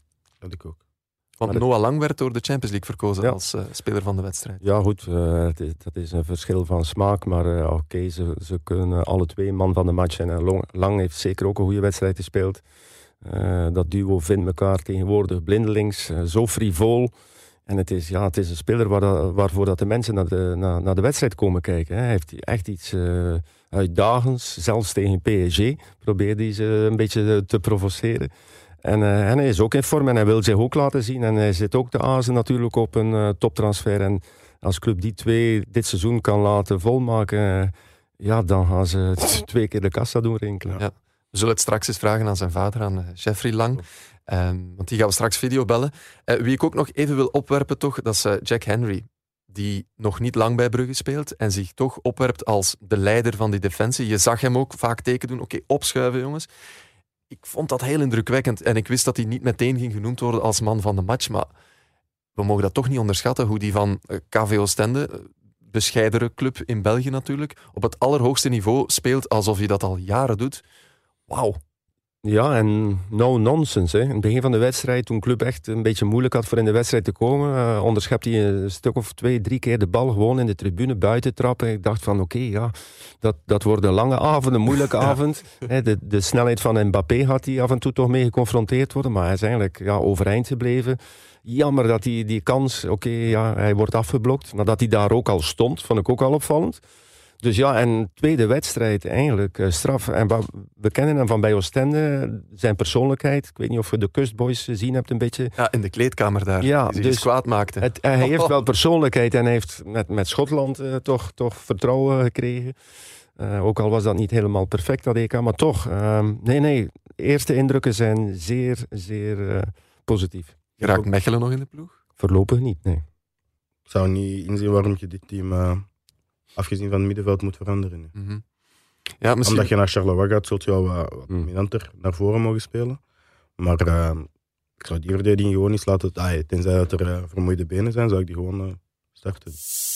Dat ik ook. Want Maar Noah Lang werd door de Champions League verkozen Ja. als uh, speler van de wedstrijd. Ja, goed, uh, het is, dat is een verschil van smaak. Maar uh, oké, okay, ze, ze kunnen alle twee man van de match zijn. En Lang heeft zeker ook een goede wedstrijd gespeeld. Uh, dat duo vindt elkaar tegenwoordig blindelings. Uh, zo frivol. En het is, ja, het is een speler waar dat, waarvoor dat de mensen naar de, naar, naar de wedstrijd komen kijken. Hè. Hij heeft echt iets uh, uitdagends. Zelfs tegen P S G probeerde hij ze een beetje te provoceren. En, uh, en hij is ook in vorm en hij wil zich ook laten zien. En hij zit ook te azen natuurlijk op een uh, toptransfer. En als club die twee dit seizoen kan laten volmaken, uh, ja, dan gaan ze twee keer de kassa doen rinkelen. Ja. We zullen het straks eens vragen aan zijn vader, aan uh, Jeffrey Lang. Um, want die gaan we straks video bellen. Uh, wie ik ook nog even wil opwerpen, toch, dat is uh, Jack Henry. Die nog niet lang bij Brugge speelt en zich toch opwerpt als de leider van die defensie. Je zag hem ook vaak teken doen. Oké, okay, opschuiven jongens. Ik vond dat heel indrukwekkend. En ik wist dat hij niet meteen ging genoemd worden als man van de match. Maar we mogen dat toch niet onderschatten. Hoe die van uh, K V Oostende, bescheidere club in België natuurlijk, op het allerhoogste niveau speelt alsof hij dat al jaren doet. Wauw. Ja, en no nonsense. Hè. In het begin van de wedstrijd, toen club echt een beetje moeilijk had voor in de wedstrijd te komen, uh, onderschept hij een stuk of twee, drie keer de bal gewoon in de tribune buiten trappen. Ik dacht van oké, okay, ja, dat, dat wordt een lange avond, een moeilijke ja. avond. Hè, de, de snelheid van Mbappé had hij af en toe toch mee geconfronteerd worden, maar hij is eigenlijk ja, overeind gebleven. Jammer dat hij die kans, oké, okay, ja, hij wordt afgeblokt, maar dat hij daar ook al stond, vond ik ook al opvallend. Dus ja, en tweede wedstrijd eigenlijk, uh, straf. En we kennen hem van bij Oostende, zijn persoonlijkheid. Ik weet niet of je de Kustboys gezien hebt een beetje. Ja, in de kleedkamer daar, ja, die zich dus dus kwaad maakte. Het, hij oh. heeft wel persoonlijkheid en hij heeft met, met Schotland uh, toch, toch vertrouwen gekregen. Uh, ook al was dat niet helemaal perfect, dat E K, maar toch. Uh, nee, nee, eerste indrukken zijn zeer, zeer uh, positief. Raakt Mechelen nog in de ploeg? Voorlopig niet, nee. Ik zou niet inzien waarom je dit team... Uh... afgezien van het middenveld moet veranderen. Mm-hmm. Ja, misschien... Omdat je naar Charleroi gaat, zult je al wat, wat dominanter mm. naar voren mogen spelen. Maar uh, ik zou die verdediging gewoon eens laten... Ah, tenzij dat er uh, vermoeide benen zijn, zou ik die gewoon uh, starten.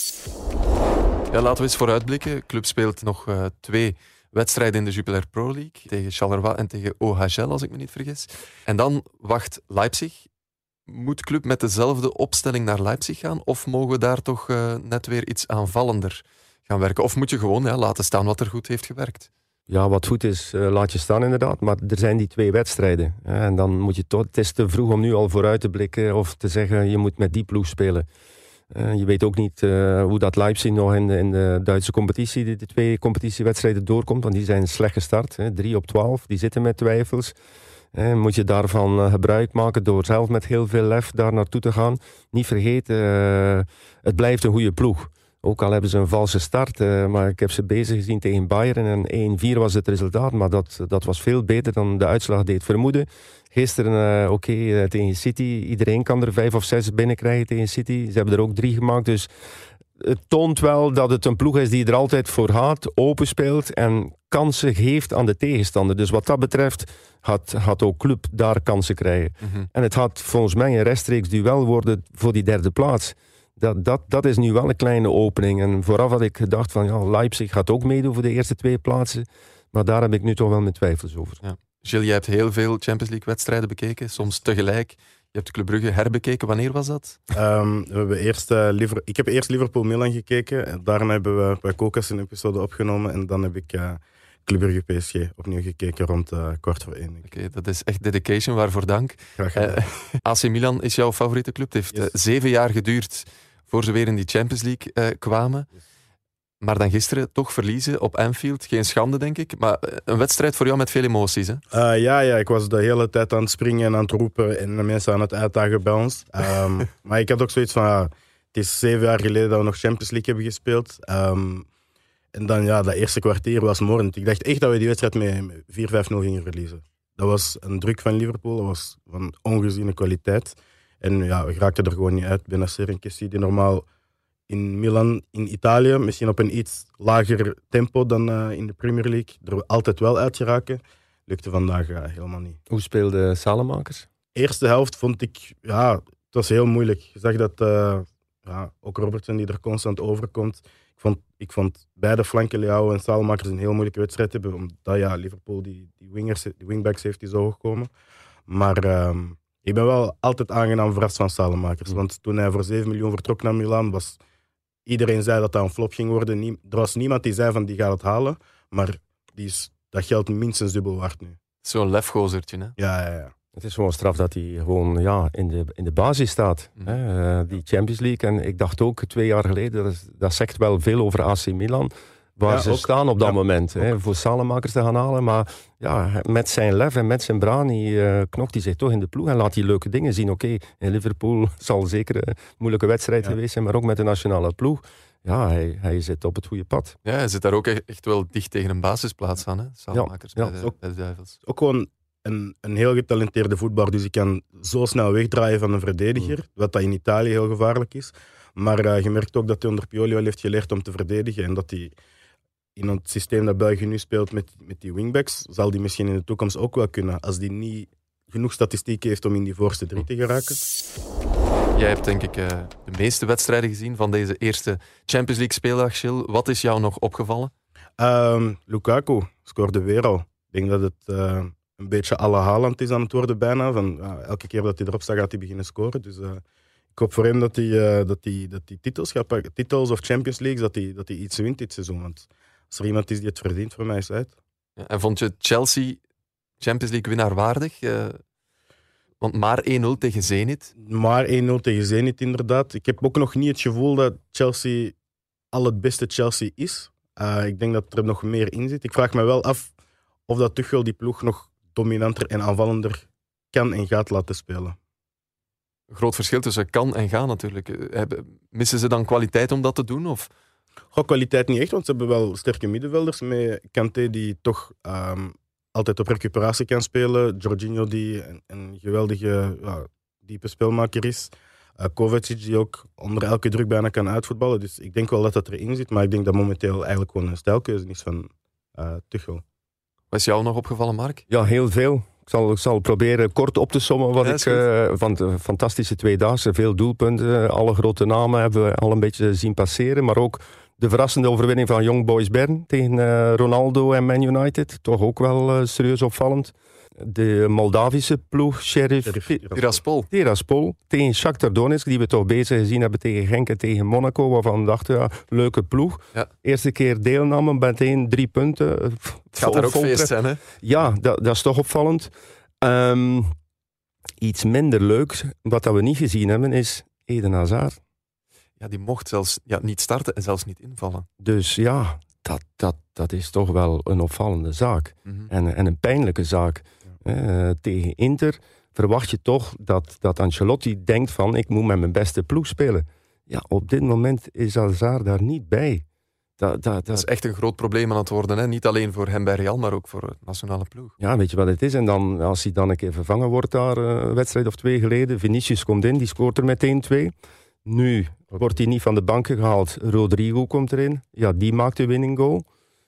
Ja, laten we eens vooruitblikken. De club speelt nog uh, twee wedstrijden in de Jupiler Pro League. Tegen Charleroi en tegen O H L, als ik me niet vergis. En dan wacht Leipzig. Moet club met dezelfde opstelling naar Leipzig gaan? Of mogen we daar toch uh, net weer iets aanvallender gaan werken? Of moet je gewoon ja, laten staan wat er goed heeft gewerkt? Ja, wat goed is, uh, laat je staan inderdaad. Maar er zijn die twee wedstrijden. Hè, en dan moet je toch... Het is te vroeg om nu al vooruit te blikken of te zeggen, je moet met die ploeg spelen. Uh, je weet ook niet uh, hoe dat Leipzig nog in de, in de Duitse competitie, de, de twee competitiewedstrijden doorkomt. Want die zijn slecht gestart. Hè, drie op twaalf, die zitten met twijfels. Eh, moet je daarvan uh, gebruik maken door zelf met heel veel lef daar naartoe te gaan. Niet vergeten, uh, het blijft een goede ploeg. Ook al hebben ze een valse start, uh, maar ik heb ze bezig gezien tegen Bayern en één vier was het resultaat, maar dat, dat was veel beter dan de uitslag deed vermoeden. Gisteren, uh, oké, okay, uh, tegen City, iedereen kan er vijf of zes binnenkrijgen tegen City. Ze hebben er ook drie gemaakt, dus het toont wel dat het een ploeg is die er altijd voor gaat, open speelt en kansen geeft aan de tegenstander. Dus wat dat betreft had, had ook club daar kansen krijgen. Mm-hmm. En het had volgens mij een rechtstreeks duel worden voor die derde plaats. Dat, dat, dat is nu wel een kleine opening. En vooraf had ik gedacht van ja, Leipzig gaat ook meedoen voor de eerste twee plaatsen. Maar daar heb ik nu toch wel mijn twijfels over. Ja. Gilles, jij hebt heel veel Champions League wedstrijden bekeken, soms tegelijk. Je hebt Club Brugge herbekeken. Wanneer was dat? Um, we hebben eerst, uh, Liver- ik heb eerst Liverpool-Milan gekeken. En daarna hebben we bij Kokas een episode opgenomen. En dan heb ik uh, Club Brugge P S G opnieuw gekeken rond uh, kwart voor één. Oké, okay, dat is echt dedication, waarvoor dank. Graag gedaan. Uh, A C Milan is jouw favoriete club. Het heeft yes. uh, zeven jaar geduurd voor ze weer in die Champions League uh, kwamen. Yes. Maar dan gisteren toch verliezen op Anfield. Geen schande, denk ik. Maar een wedstrijd voor jou met veel emoties, hè? Uh, ja, ja, ik was de hele tijd aan het springen en aan het roepen. En de mensen aan het uitdagen bij ons. Um, maar ik had ook zoiets van... Uh, het is zeven jaar geleden dat we nog Champions League hebben gespeeld. Um, en dan, ja, dat eerste kwartier was moordend. Ik dacht echt dat we die wedstrijd met vier vijf nul gingen verliezen. Dat was een druk van Liverpool. Dat was van ongeziene kwaliteit. En ja, we raakten er gewoon niet uit. Benacer en Kessie, die normaal... in Milan, in Italië, misschien op een iets lager tempo dan uh, in de Premier League, er altijd wel uit geraken. Lukte vandaag uh, helemaal niet. Hoe speelde Salemakers? Eerste helft vond ik, ja, het was heel moeilijk. Je zag dat uh, ja, ook Robertson die er constant overkomt. Ik vond, ik vond beide flanken, Leao en Salemakers, een heel moeilijke wedstrijd hebben, omdat ja, Liverpool die, die, wingers, die wingbacks heeft die zo hoog komen. Maar... Um, Ik ben wel altijd aangenaam verrast van Salemakers. Want toen hij voor zeven miljoen vertrok naar Milaan, was iedereen zei dat dat een flop ging worden. Nie- er was niemand die zei van die gaat het halen. Maar die is dat geld minstens dubbel waard nu. Zo'n lefgozertje, hè? Ja, ja, ja. Het is gewoon straf dat hij gewoon ja, in, de, in de basis staat. Mm. Hè, uh, die Champions League. En ik dacht ook twee jaar geleden, dat, is, dat zegt wel veel over A C Milan. Waar Ja, ze ook, staan op dat ja, moment. Hè, voor Salemakers te gaan halen. Maar ja, met zijn lef en met zijn brani uh, knokt hij zich toch in de ploeg. En laat hij leuke dingen zien. Oké, okay, in Liverpool zal zeker een moeilijke wedstrijd ja. geweest zijn. Maar ook met de nationale ploeg. Ja, hij, hij zit op het goede pad. Ja, hij zit daar ook echt wel dicht tegen een basisplaats aan, hè? Salemakers Ja, ja. bij, de, Ook, bij de Duivels. ook gewoon een, een heel getalenteerde voetballer. Dus hij kan zo snel wegdraaien van een verdediger. Mm. Wat dat in Italië heel gevaarlijk is. Maar uh, je merkt ook dat hij onder Pioli wel heeft geleerd om te verdedigen. En dat hij in het systeem dat België nu speelt met, met die wingbacks, zal die misschien in de toekomst ook wel kunnen. Als die niet genoeg statistieken heeft om in die voorste drie te geraken. Jij hebt denk ik uh, de meeste wedstrijden gezien van deze eerste Champions League speeldag, Gilles. Wat is jou nog opgevallen? Um, Lukaku scoorde weer al. Ik denk dat het uh, een beetje à la Haaland is aan het worden bijna. Van, uh, elke keer dat hij erop staat, gaat hij beginnen scoren. Dus uh, ik hoop voor hem dat hij, uh, dat hij, dat hij titels gaat pakken. Titels of Champions League, dat hij, dat hij iets wint dit seizoen. Want als er iemand is die het verdient, voor mij is het uit. Ja, en vond je Chelsea Champions League winnaar waardig? Uh, want maar één nul tegen Zenit. Maar één nul tegen Zenit, inderdaad. Ik heb ook nog niet het gevoel dat Chelsea al het beste Chelsea is. Uh, ik denk dat er nog meer in zit. Ik vraag me wel af of dat Tuchel die ploeg nog dominanter en aanvallender kan en gaat laten spelen. Groot verschil tussen kan en gaan natuurlijk. Missen ze dan kwaliteit om dat te doen? Of? Goh, kwaliteit niet echt, want ze hebben wel sterke middenvelders. Met Kanté die toch um, altijd op recuperatie kan spelen. Jorginho die een, een geweldige ja, diepe speelmaker is. Uh, Kovacic die ook onder elke druk bijna kan uitvoetballen. Dus ik denk wel dat dat erin zit. Maar ik denk dat momenteel eigenlijk gewoon een stijlkeuze is van uh, Tuchel. Wat is jou nog opgevallen, Mark? Ja, heel veel. Ik zal, ik zal proberen kort op te sommen wat ja, ik uh, van de fantastische tweedaagse, veel doelpunten, alle grote namen hebben we al een beetje zien passeren, maar ook de verrassende overwinning van Young Boys Bern tegen uh, Ronaldo en Man United, toch ook wel uh, serieus opvallend. De Moldavische ploeg, Sheriff Tiraspol. Tiraspol tegen Shakhtar Donetsk, die we toch bezig gezien hebben tegen Genk en tegen Monaco, waarvan we dachten, ja, leuke ploeg. Ja. Eerste keer deelname, meteen drie punten. Het gaat daar ook feest zijn, hè? Ja, dat, dat is toch opvallend. Um, iets minder leuk, wat dat we niet gezien hebben, is Eden Hazard. Ja, die mocht zelfs ja, niet starten en zelfs niet invallen. Dus ja, dat, dat, dat is toch wel een opvallende zaak. Mm-hmm. En, en een pijnlijke zaak. Uh, tegen Inter verwacht je toch dat, dat Ancelotti denkt van ik moet met mijn beste ploeg spelen. Ja, op dit moment is Hazard daar niet bij. Dat, dat, dat... dat is echt een groot probleem aan het worden. Hè? Niet alleen voor hem bij Real, maar ook voor de nationale ploeg. Ja, weet je wat het is? En dan, als hij dan een keer vervangen wordt daar, een wedstrijd of twee geleden. Vinicius komt in, die scoort er meteen twee. Nu wordt hij niet van de bank gehaald. Rodrigo komt erin. Ja, die maakt de winning goal.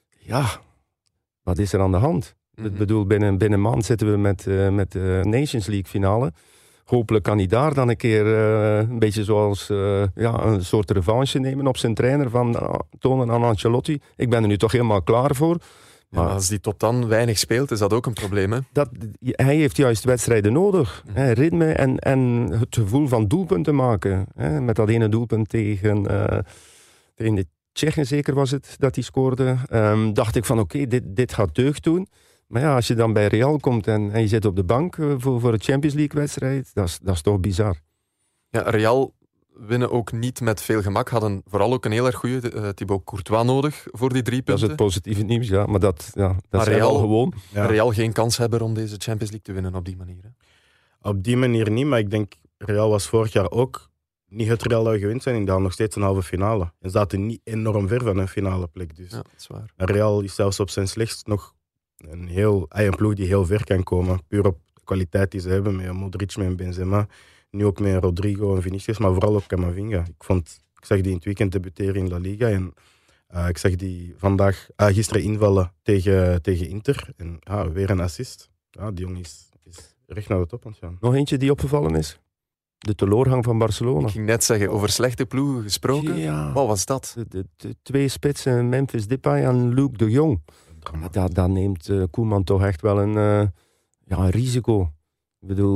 Ja, wat is er aan de hand? Mm-hmm. Ik bedoel, binnen, binnen een maand zitten we met, uh, met de Nations League finale. Hopelijk kan hij daar dan een keer uh, een beetje zoals uh, ja, een soort revanche nemen op zijn trainer. Van uh, tonen aan Ancelotti. Ik ben er nu toch helemaal klaar voor. Maar ja, als die tot dan weinig speelt, is dat ook een probleem, hè? Dat, hij heeft juist wedstrijden nodig. Mm. Hè, ritme en, en het gevoel van doelpunten maken. Hè, met dat ene doelpunt tegen, uh, tegen de Tsjechen zeker was het, dat hij scoorde. Um, dacht ik van oké, okay, dit, dit gaat deugd doen. Maar ja, als je dan bij Real komt en, en je zit op de bank uh, voor, voor een Champions League wedstrijd, dat is, dat is toch bizar. Ja, Real winnen ook niet met veel gemak. Hadden vooral ook een heel erg goede uh, Thibaut Courtois nodig voor die drie punten. Dat is het positieve nieuws, ja. Maar dat, ja, dat is Real gewoon. Ja. Real geen kans hebben om deze Champions League te winnen op die manier. Hè? Op die manier niet, maar ik denk Real was vorig jaar ook niet het Real dat we gewend zijn. Die hadden nog steeds een halve finale. En zaten niet enorm ver van een finale plek. Dus. Ja, dat is waar. Real is zelfs op zijn slechtst nog een, heel, een ploeg die heel ver kan komen. Puur op de kwaliteit die ze hebben met Modric, met Benzema. Nu ook met Rodrigo en Vinicius, maar vooral ook Camavinga. Ik, vond, ik zag die in het weekend debuteren in La Liga. En uh, ik zag die vandaag, uh, gisteren invallen tegen, tegen Inter. En uh, weer een assist. Ja, die jongen is, is recht naar de top aan het gaan. Nog eentje die opgevallen is? De teleurgang van Barcelona. Ik ging net zeggen, over slechte ploegen gesproken. Ja. Wat was dat? De, de, de twee spitsen, Memphis Depay en Luc de Jong. Dat, dat neemt uh, Koeman toch echt wel een, uh, ja, een risico. Ik bedoel,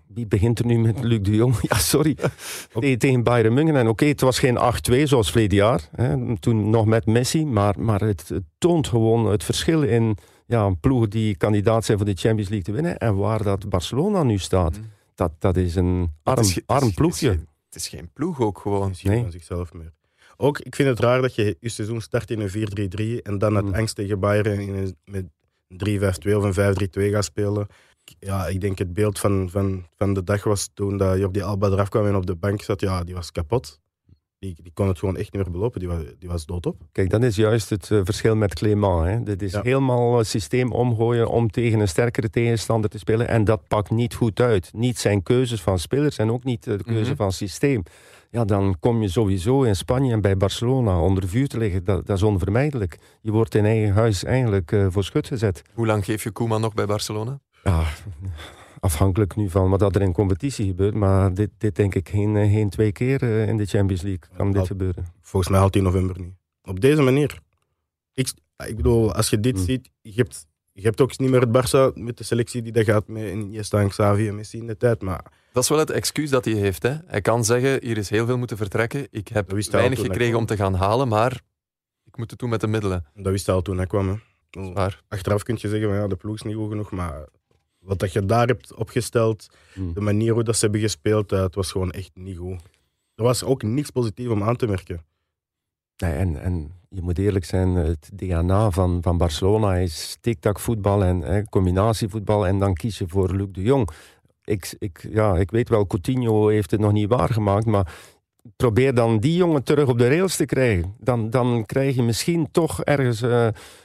wie begint er nu met Luc de Jong? Ja, sorry. Okay. Tegen Bayern München. En oké, okay, het was geen acht twee zoals verleden jaar. Hè. Toen nog met Messi. Maar, maar het, het toont gewoon het verschil in ja, ploegen die kandidaat zijn voor de Champions League te winnen. En waar dat Barcelona nu staat. Mm. Dat, dat is een arm, is, arm ploegje. Het is, het is geen ploeg ook gewoon. Nee. Van zichzelf meer. Ook, ik vind het raar dat je je seizoen start in een vier drie drie en dan het mm. angst tegen Bayern in een, met een drie vijf twee of een vijf drie twee gaat spelen. Ja, ik denk het beeld van, van, van de dag was toen dat Jordi Alba eraf kwam en op de bank zat. Ja, die was kapot. Die, die kon het gewoon echt niet meer belopen. Die was, die was doodop. Kijk, dat is juist het uh, verschil met Clément. Hè. Dit is ja. helemaal het systeem omgooien om tegen een sterkere tegenstander te spelen. En dat pakt niet goed uit. Niet zijn keuzes van spelers en ook niet de keuze mm-hmm. van het systeem. Ja, dan kom je sowieso in Spanje en bij Barcelona onder vuur te liggen. Dat, dat is onvermijdelijk. Je wordt in eigen huis eigenlijk uh, voor schut gezet. Hoe lang geef je Koeman nog bij Barcelona? Ja, afhankelijk nu van wat er in competitie gebeurt. Maar dit, dit denk ik geen, geen twee keer uh, in de Champions League kan ja, dit gebeuren. Volgens mij haalt hij november niet. Op deze manier. Ik, ik bedoel, als je dit hmm. ziet, je hebt, je hebt ook niet meer het Barça met de selectie die dat gaat met Iniesta en Xavi en Messi in de tijd. Maar dat is wel het excuus dat hij heeft. Hè? Hij kan zeggen, hier is heel veel moeten vertrekken. Ik heb weinig gekregen om te gaan halen, maar ik moet het doen met de middelen. Dat wist hij al toen hij kwam. Hè. Waar. Achteraf kun je zeggen, van, ja, de ploeg is niet goed genoeg, maar wat dat je daar hebt opgesteld, hmm. de manier hoe dat ze hebben gespeeld, het was gewoon echt niet goed. Er was ook niks positiefs om aan te merken. Nee, en, en je moet eerlijk zijn, het D N A van, van Barcelona is tic-tac voetbal en hè, combinatievoetbal en dan kies je voor Luc de Jong. Ik, ik, ja, ik weet wel, Coutinho heeft het nog niet waargemaakt, maar probeer dan die jongen terug op de rails te krijgen. Dan, dan krijg je misschien toch ergens uh,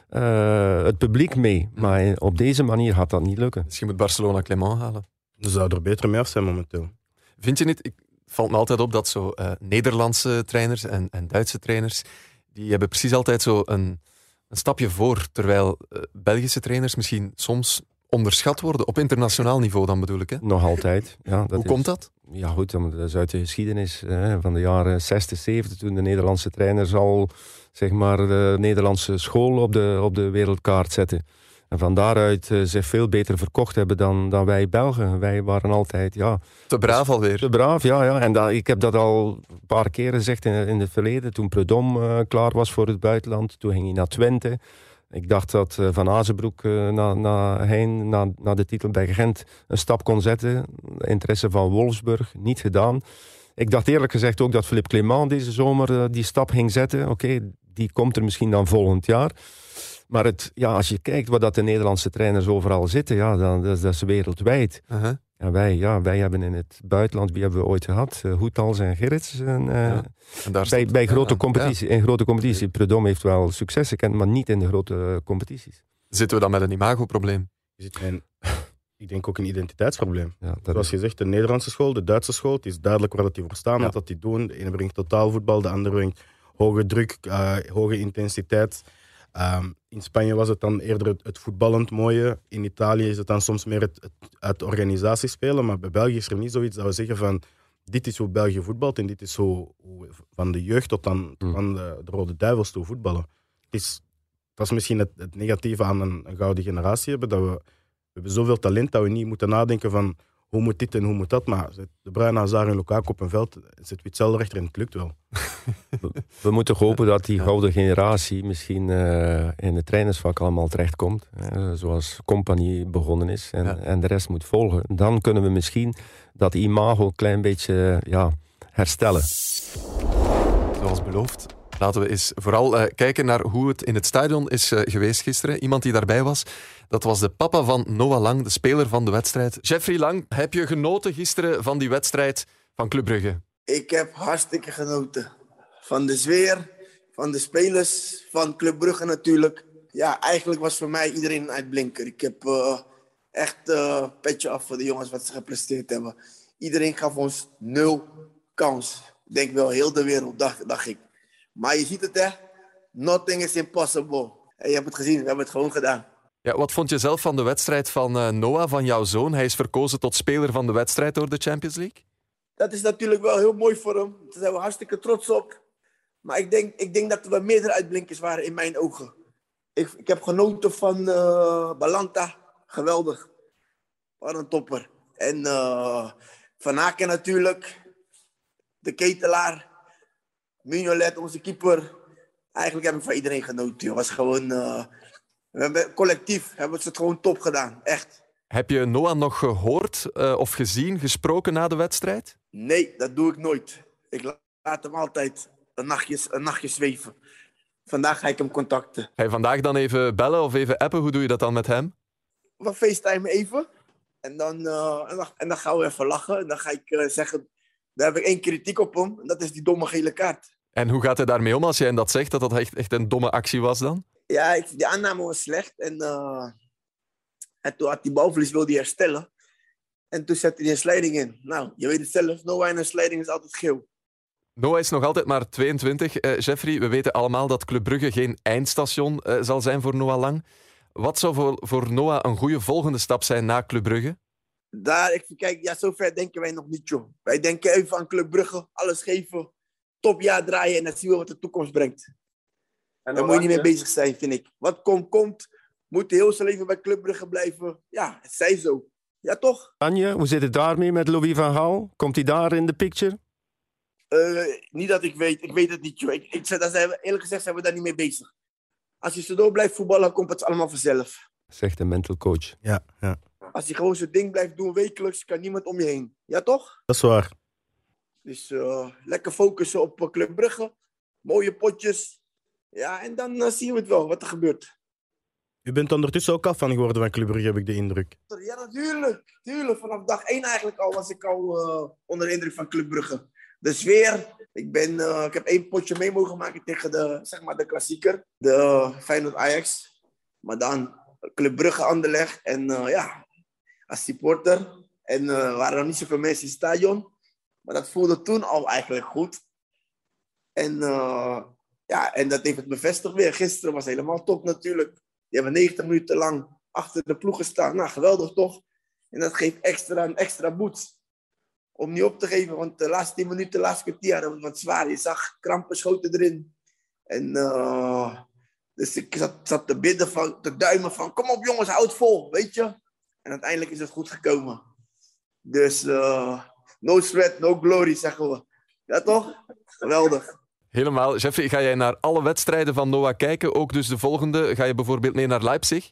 uh, het publiek mee. Maar op deze manier gaat dat niet lukken. Misschien moet Barcelona Clément halen. Ze zouden er beter mee af zijn momenteel. Vind je niet? Ik valt me altijd op dat zo uh, Nederlandse trainers en, en Duitse trainers, die hebben precies altijd zo een, een stapje voor. Terwijl uh, Belgische trainers misschien soms onderschat worden, op internationaal niveau dan bedoel ik. Hè? Nog altijd. Ja, dat Hoe is, komt dat? Ja goed, dat is uit de geschiedenis hè, van de jaren zestig, zeventig, toen de Nederlandse trainers al zeg maar, de Nederlandse school op de, op de wereldkaart zetten. En van daaruit uh, zich veel beter verkocht hebben dan, dan wij Belgen. Wij waren altijd, ja... Te braaf alweer. Te braaf, ja. ja. En dat, ik heb dat al een paar keer gezegd in, in het verleden. Toen Prudhomme uh, klaar was voor het buitenland. Toen ging hij naar Twente. Ik dacht dat uh, Van Azenbroek uh, na, na Hein, na, na de titel bij Gent, een stap kon zetten. Interesse van Wolfsburg, niet gedaan. Ik dacht eerlijk gezegd ook dat Philippe Clément deze zomer uh, die stap ging zetten. Oké, okay, die komt er misschien dan volgend jaar. Maar het, ja, als je kijkt waar dat de Nederlandse trainers overal zitten, ja, dan, dat, dat is wereldwijd. Uh-huh. En wij, ja, wij hebben in het buitenland, wie hebben we ooit gehad? Uh, Hoetals en Gerrits. En, uh, ja. en daar bij bij grote ja, competitie, ja. In grote competitie. Prudhomme heeft wel succes gekend, maar niet in de grote uh, competities. Zitten we dan met een imagoprobleem? Je zit met een, ik denk ook een identiteitsprobleem. Ja, Zoals je zegt, de Nederlandse school, de Duitse school, het is duidelijk waar dat die voor staan, ja. wat die doen. De ene brengt totaalvoetbal, de andere brengt hoge druk, uh, hoge intensiteit. Um, in Spanje was het dan eerder het, het voetballend mooie. In Italië is het dan soms meer het, het, het organisatiespelen. Maar bij België is er niet zoiets dat we zeggen van dit is hoe België voetbalt en dit is hoe, hoe van de jeugd tot dan mm. van de, de Rode Duivels toe voetballen. Het is, dat is misschien het, het negatieve aan een, een gouden generatie hebben. Dat we, we hebben zoveel talent dat we niet moeten nadenken van hoe moet dit en hoe moet dat. Maar De Bruyne, Hazard en Lukaku op een veld zitten we hetzelfde rechter en het lukt wel. We, we moeten hopen dat die gouden generatie misschien uh, in het trainersvak allemaal terechtkomt. Uh, zoals Compagnie begonnen is. En, ja. en de rest moet volgen. Dan kunnen we misschien dat imago een klein beetje ja, herstellen. Zoals beloofd. Laten we eens vooral uh, kijken naar hoe het in het stadion is uh, geweest gisteren. Iemand die daarbij was, dat was de papa van Noah Lang, de speler van de wedstrijd. Jeffrey Lang, heb je genoten gisteren van die wedstrijd van Club Brugge? Ik heb hartstikke genoten. Van de sfeer, van de spelers, van Club Brugge natuurlijk. Ja, eigenlijk was voor mij iedereen een uitblinker. Ik heb uh, echt uh, petje af voor de jongens wat ze gepresteerd hebben. Iedereen gaf ons nul kans. Ik denk wel heel de wereld, dacht, dacht ik. Maar je ziet het, hè. Nothing is impossible. En je hebt het gezien, we hebben het gewoon gedaan. Ja, wat vond je zelf van de wedstrijd van uh, Noah, van jouw zoon? Hij is verkozen tot speler van de wedstrijd door de Champions League. Dat is natuurlijk wel heel mooi voor hem. Daar zijn we hartstikke trots op. Maar ik denk, ik denk dat er wel meerdere uitblinkers waren in mijn ogen. Ik, ik heb genoten van uh, Balanta. Geweldig. Wat een topper. En uh, Van Aken natuurlijk. De ketelaar. Mignolet, onze keeper. Eigenlijk heb ik van iedereen genoten. Het was gewoon... Uh, we hebben, collectief hebben ze het gewoon top gedaan. Echt. Heb je Noah nog gehoord uh, of gezien, gesproken na de wedstrijd? Nee, dat doe ik nooit. Ik laat hem altijd een nachtje, een nachtje zweven. Vandaag ga ik hem contacten. Ga je vandaag dan even bellen of even appen? Hoe doe je dat dan met hem? We facetimen even. En dan, uh, en dan, en dan gaan we even lachen. En dan ga ik uh, zeggen... Daar heb ik één kritiek op hem. En dat is die domme gele kaart. En hoe gaat hij daarmee om als jij dat zegt? Dat dat echt, echt een domme actie was dan? Ja, ik, die aanname was slecht. En, uh, en toen had hij balverlies wilde hij herstellen. En toen zette hij een slijding in. Nou, je weet het zelf. Noah in een slijding is altijd geel. Noah is nog altijd maar tweeëntwintig. Uh, Jeffrey, we weten allemaal dat Club Brugge geen eindstation uh, zal zijn voor Noah Lang. Wat zou voor, voor Noah een goede volgende stap zijn na Club Brugge? Daar, ik kijk, ja, zover denken wij nog niet, joh. Wij denken even aan Club Brugge, alles geven, topjaar draaien en dan zien we wat de toekomst brengt. En daar moet je niet mee bezig zijn, vind ik. Wat komt, komt. Moet heel zijn leven bij Club Brugge blijven. Ja, het zij zo. Ja, toch? Anje, hoe zit het daarmee met Louis van Gaal? Komt hij daar in de picture? Uh, niet dat ik weet. Ik weet het niet, joh. Ik, ik, daar zijn we, eerlijk gezegd zijn we daar niet mee bezig. Als je zo door blijft voetballen, komt het allemaal vanzelf. Zegt de mental coach. Ja, ja. Als je gewoon zijn ding blijft doen wekelijks, kan niemand om je heen. Ja, toch? Dat is waar. Dus uh, lekker focussen op uh, Club Brugge. Mooie potjes. Ja, en dan uh, zien we het wel, wat er gebeurt. U bent ondertussen ook af van geworden van Club Brugge, heb ik de indruk. Ja, natuurlijk. Tuurlijk. Vanaf dag één eigenlijk al was ik al uh, onder de indruk van Club Brugge. De sfeer. Ik, ben, uh, ik heb één potje mee mogen maken tegen de, zeg maar de klassieker. De uh, Feyenoord Ajax. Maar dan Club Brugge Anderlecht. En uh, ja, als supporter. En uh, er waren nog niet zoveel mensen in het stadion. Maar dat voelde toen al eigenlijk goed. En, uh, ja, en dat heeft het bevestigd weer. Gisteren was helemaal top natuurlijk. Die hebben negentig minuten lang achter de ploeg gestaan. Nou, geweldig toch? En dat geeft extra een extra boost. Om niet op te geven, want de laatste tien minuten, de laatste kwartier, dat was wat zwaar. Je zag krampen schoten erin. En uh, dus ik zat, zat te bidden, van, te duimen van, kom op jongens, houd vol, weet je. En uiteindelijk is het goed gekomen. Dus uh, no sweat, no glory, zeggen we. Ja toch? Geweldig. Helemaal. Jeffrey, ga jij naar alle wedstrijden van Noah kijken? Ook dus de volgende? Ga je bijvoorbeeld mee naar Leipzig?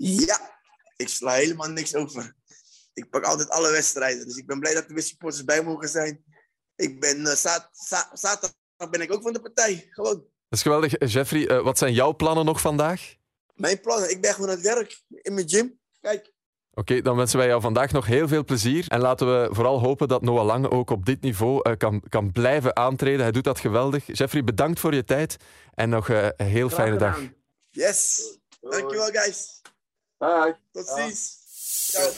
Ja, ik sla helemaal niks over. Ik pak altijd alle wedstrijden. Dus ik ben blij dat er weer supporters bij mogen zijn. Ik ben, uh, za- za- zaterdag ben ik ook van de partij. Gewoon. Dat is geweldig. Jeffrey, uh, wat zijn jouw plannen nog vandaag? Mijn plannen? Ik ben gewoon aan het werk. In mijn gym. Kijk. Oké, okay, dan wensen wij jou vandaag nog heel veel plezier. En laten we vooral hopen dat Noah Lang ook op dit niveau uh, kan, kan blijven aantreden. Hij doet dat geweldig. Jeffrey, bedankt voor je tijd. En nog uh, een heel Graag fijne gedaan. dag. Yes. Dankjewel, guys. Bye. Tot ziens. Ciao.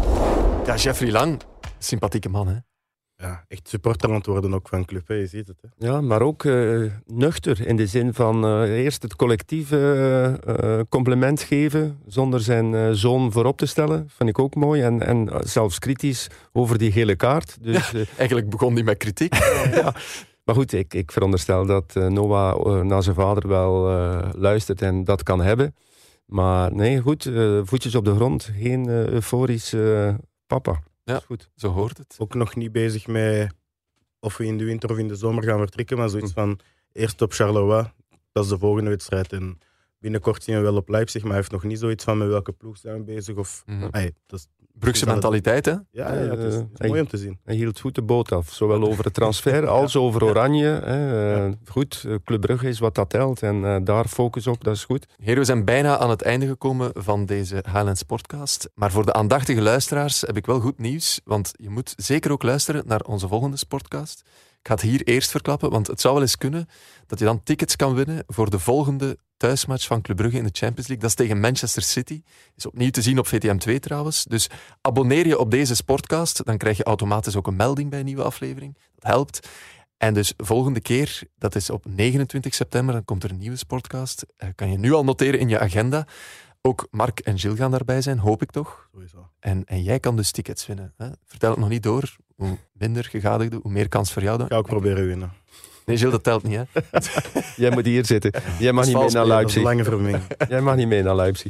Ja, Jeffrey Lang. Sympathieke man, hè? Ja, echt supporter aan het worden ook van Club, hè. Je ziet het. Hè. Ja, maar ook uh, nuchter in de zin van uh, eerst het collectieve uh, uh, compliment geven zonder zijn uh, zoon voorop te stellen. Vind ik ook mooi. En, en uh, zelfs kritisch over die gele kaart. Dus, ja, uh, eigenlijk begon hij met kritiek. ja. Maar goed, ik, ik veronderstel dat uh, Noah uh, naar zijn vader wel uh, luistert en dat kan hebben. Maar nee, goed, uh, voetjes op de grond. Geen uh, euforisch uh, papa. Ja, goed. Zo hoort het. Ook nog niet bezig met of we in de winter of in de zomer gaan vertrekken, maar zoiets van eerst op Charleroi, dat is de volgende wedstrijd. En binnenkort zien we wel op Leipzig, maar hij heeft nog niet zoiets van met welke ploeg zijn we bezig. Of, mm-hmm. ay, dat is, Brugse mentaliteit, hè? Ja, ja, het is, het is hij, mooi om te zien. Hij hield goed de boot af, zowel over het transfer als over Oranje. Hè. Uh, goed, Club Brugge is wat dat telt en uh, daar focus op, dat is goed. Heren, we zijn bijna aan het einde gekomen van deze Highlands podcast. Maar voor de aandachtige luisteraars heb ik wel goed nieuws, want je moet zeker ook luisteren naar onze volgende sportcast. Ik ga het hier eerst verklappen, want het zou wel eens kunnen dat je dan tickets kan winnen voor de volgende thuismatch van Club Brugge in de Champions League. Dat is tegen Manchester City. Is opnieuw te zien op V T M twee trouwens. Dus abonneer je op deze sportcast, dan krijg je automatisch ook een melding bij een nieuwe aflevering. Dat helpt. En dus volgende keer, dat is op negenentwintig september, dan komt er een nieuwe sportcast. Uh, kan je nu al noteren in je agenda. Ook Mark en Gilles gaan daarbij zijn, hoop ik toch. Sowieso. En, en jij kan dus tickets winnen. Hè? Vertel het nog niet door. Hoe minder gegadigde, hoe meer kans voor jou dan. Ga ik proberen winnen. Nee, Gilles, dat telt niet, hè? Jij moet hier zitten. Jij mag niet mee naar Leipzig. Lange vermenging. Jij mag niet mee naar Leipzig.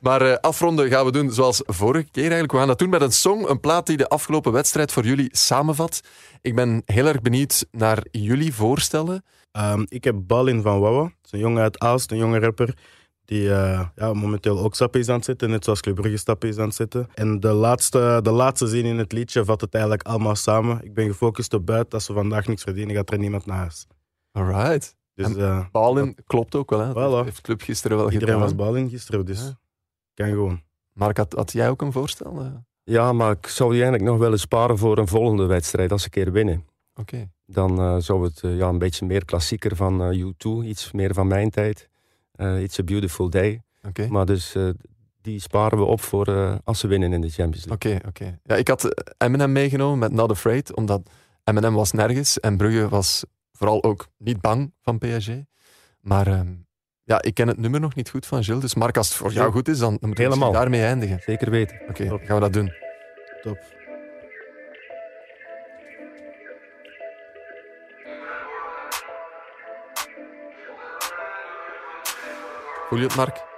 Maar uh, afronden gaan we doen zoals vorige keer eigenlijk. We gaan dat doen met een song, een plaat die de afgelopen wedstrijd voor jullie samenvat. Ik ben heel erg benieuwd naar jullie voorstellen. Um, ik heb Ballin van Wawa. Dat is een jongen uit Aalst, een jonge rapper. Die uh, ja, momenteel ook stappen is aan het zetten, net zoals Club Brugge stappen is aan het zetten. En de laatste, de laatste zin in het liedje vat het eigenlijk allemaal samen. Ik ben gefocust op buiten. Als we vandaag niks verdienen, gaat er niemand naar huis. Alright. Dus, uh, Ballin klopt ook wel, hè? Dat voilà. heeft Club gisteren wel Iedereen gedaan. was Ballin gisteren, dus ja. Kan gewoon. Mark, had, had jij ook een voorstel? Ja, maar ik zou die eigenlijk nog willen sparen voor een volgende wedstrijd, als ze een keer winnen. Oké. Okay. Dan uh, zou het uh, ja, een beetje meer klassieker van uh, U twee, iets meer van mijn tijd. Uh, It's a Beautiful Day. Okay. Maar dus uh, die sparen we op voor uh, als ze winnen in de Champions League. Oké, okay, oké. Okay. Ja, ik had Eminem meegenomen met Not Afraid, omdat Eminem was nergens en Brugge was vooral ook niet bang van P S G. Maar um, ja, ik ken het nummer nog niet goed van Gilles, dus Mark, als het voor jou goed is, dan, dan moeten we misschien daarmee eindigen. Zeker weten. Oké, okay, dan gaan we dat doen. Top. Voel je het, Mark? Ik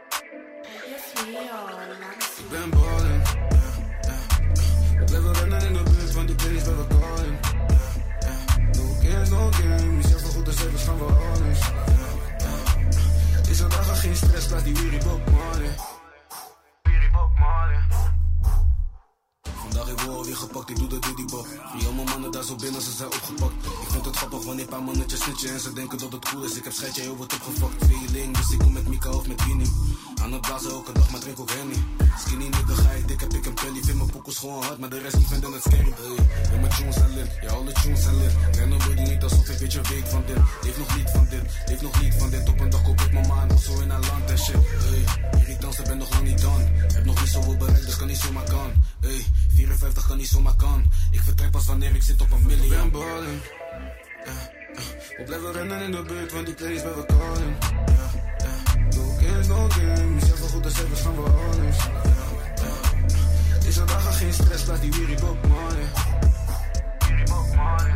ben ballen. Ik blijf wel rennen in de buurt, want die tennis bij we callen. No games, no games. Zelf wel goed, de cijfers gaan we alles. Deze dagen geen stress, laat die weerie Bob Marley. Weerie Bob Marley. Vandaag heb ik weer gepakt, ik doe de diddy bop. Die allemaal mannen daar zo binnen, ze zijn opgepakt. Ik vind het grappig wanneer een paar mannetjes snitchen en ze denken dat het cool is. Ik heb scheidje, heel wat opgefakt, feeling. Dus ik kom met Mika of met Winnie. Aan het blazen elke dag, maar drink ook Henny. Skinny nigga, ga ik dik, heb ik een pilly. Vind mijn pokkels gewoon hard, maar de rest niet vinden het scary. Hey, en mijn tunes zijn lit, ja alle tunes zijn lit. Ren nobody niet alsof ik weet je weet van dit. Leef nog niet van dit, leef nog niet van dit. Op een dag koop ik mijn maan, of zo in een land en shit. Hey, irritant, ik ben nog lang niet done. Heb nog niet zoveel bereikt, dus kan niet zomaar kan. Hey, vierenvijftig kan niet zomaar kan. Ik vertrek pas wanneer ik zit op een miljoen. Ik ben ballen. Ja, ja. We blijven rennen in de buurt, want die players bij we callen. Ja, ja. No games, no games. Zelf wel goed, de cijfers gaan we alles. Ja, ja. Deze dagen geen stress, laat die weerie Bob Marley. Weerie Bob Marley.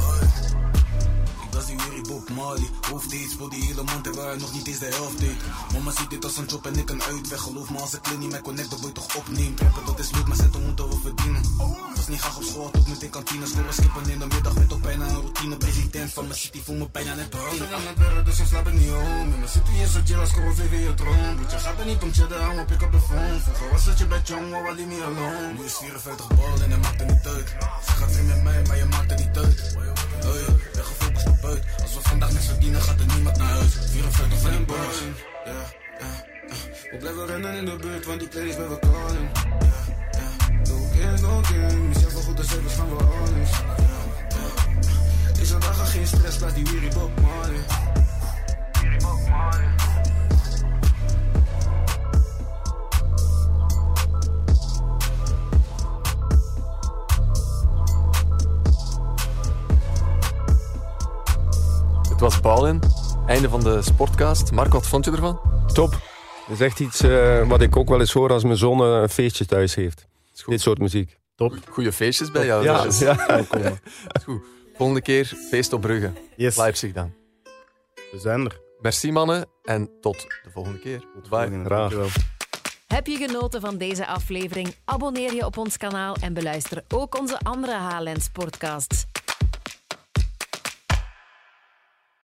Ik was die weerie Bob Marley. Hoofddeed, speel die hele mond en waar nog niet eens de helft deed. Mama ziet dit als een job en ik een uitweg. Geloof me, als ik Lenny mij connect, dan word je toch opneemt. Rappen, dat is leuk, maar zetten moeten we verdienen. Was niet graag op school, tot met in kantine. Scoren skippen in de middag, met op bijna een routine. President van mijn city, voel me bijna net hard. Ik aan het werk, dus soms slaap ik niet om. In mijn city is het jail, scoren V V je droom. Broertje gaat er niet om chillen, hang op ik op de phone. Vroeger was het je bij John, maar leave me alone. Nu is vierenvijftig bal en hij maakt er niet uit. Ze gaat vriend met mij, maar je maakt er niet uit. Hey, ben gefocust op buiten. Als we vandaag niks verdienen, gaat er niemand naar huis. vierenvijftig van een bars. Ja, ja, ja. We blijven rennen in de buurt, want die players bij we callen. Ja, ja. No games, no games. Zelf wel goed, de cijfers gaan we alles. Ja, ja. Deze dagen geen stress, laat die weerie Bob Marley. Weerie Bob Marley. Het was Ballin. Einde van de Sportcast. Mark, wat vond je ervan? Top. Dat is echt iets uh, wat ik ook wel eens hoor als mijn zoon een feestje thuis heeft. Dit soort muziek. Top. Goeie feestjes bij jou. Ja, dus. ja. ja. Goed. Volgende keer feest op Brugge. Yes. Leipzig dan. We zijn er. Merci mannen en tot de volgende keer. Bye. Graag. Heb je genoten van deze aflevering? Abonneer je op ons kanaal en beluister ook onze andere H L N Sportcasts.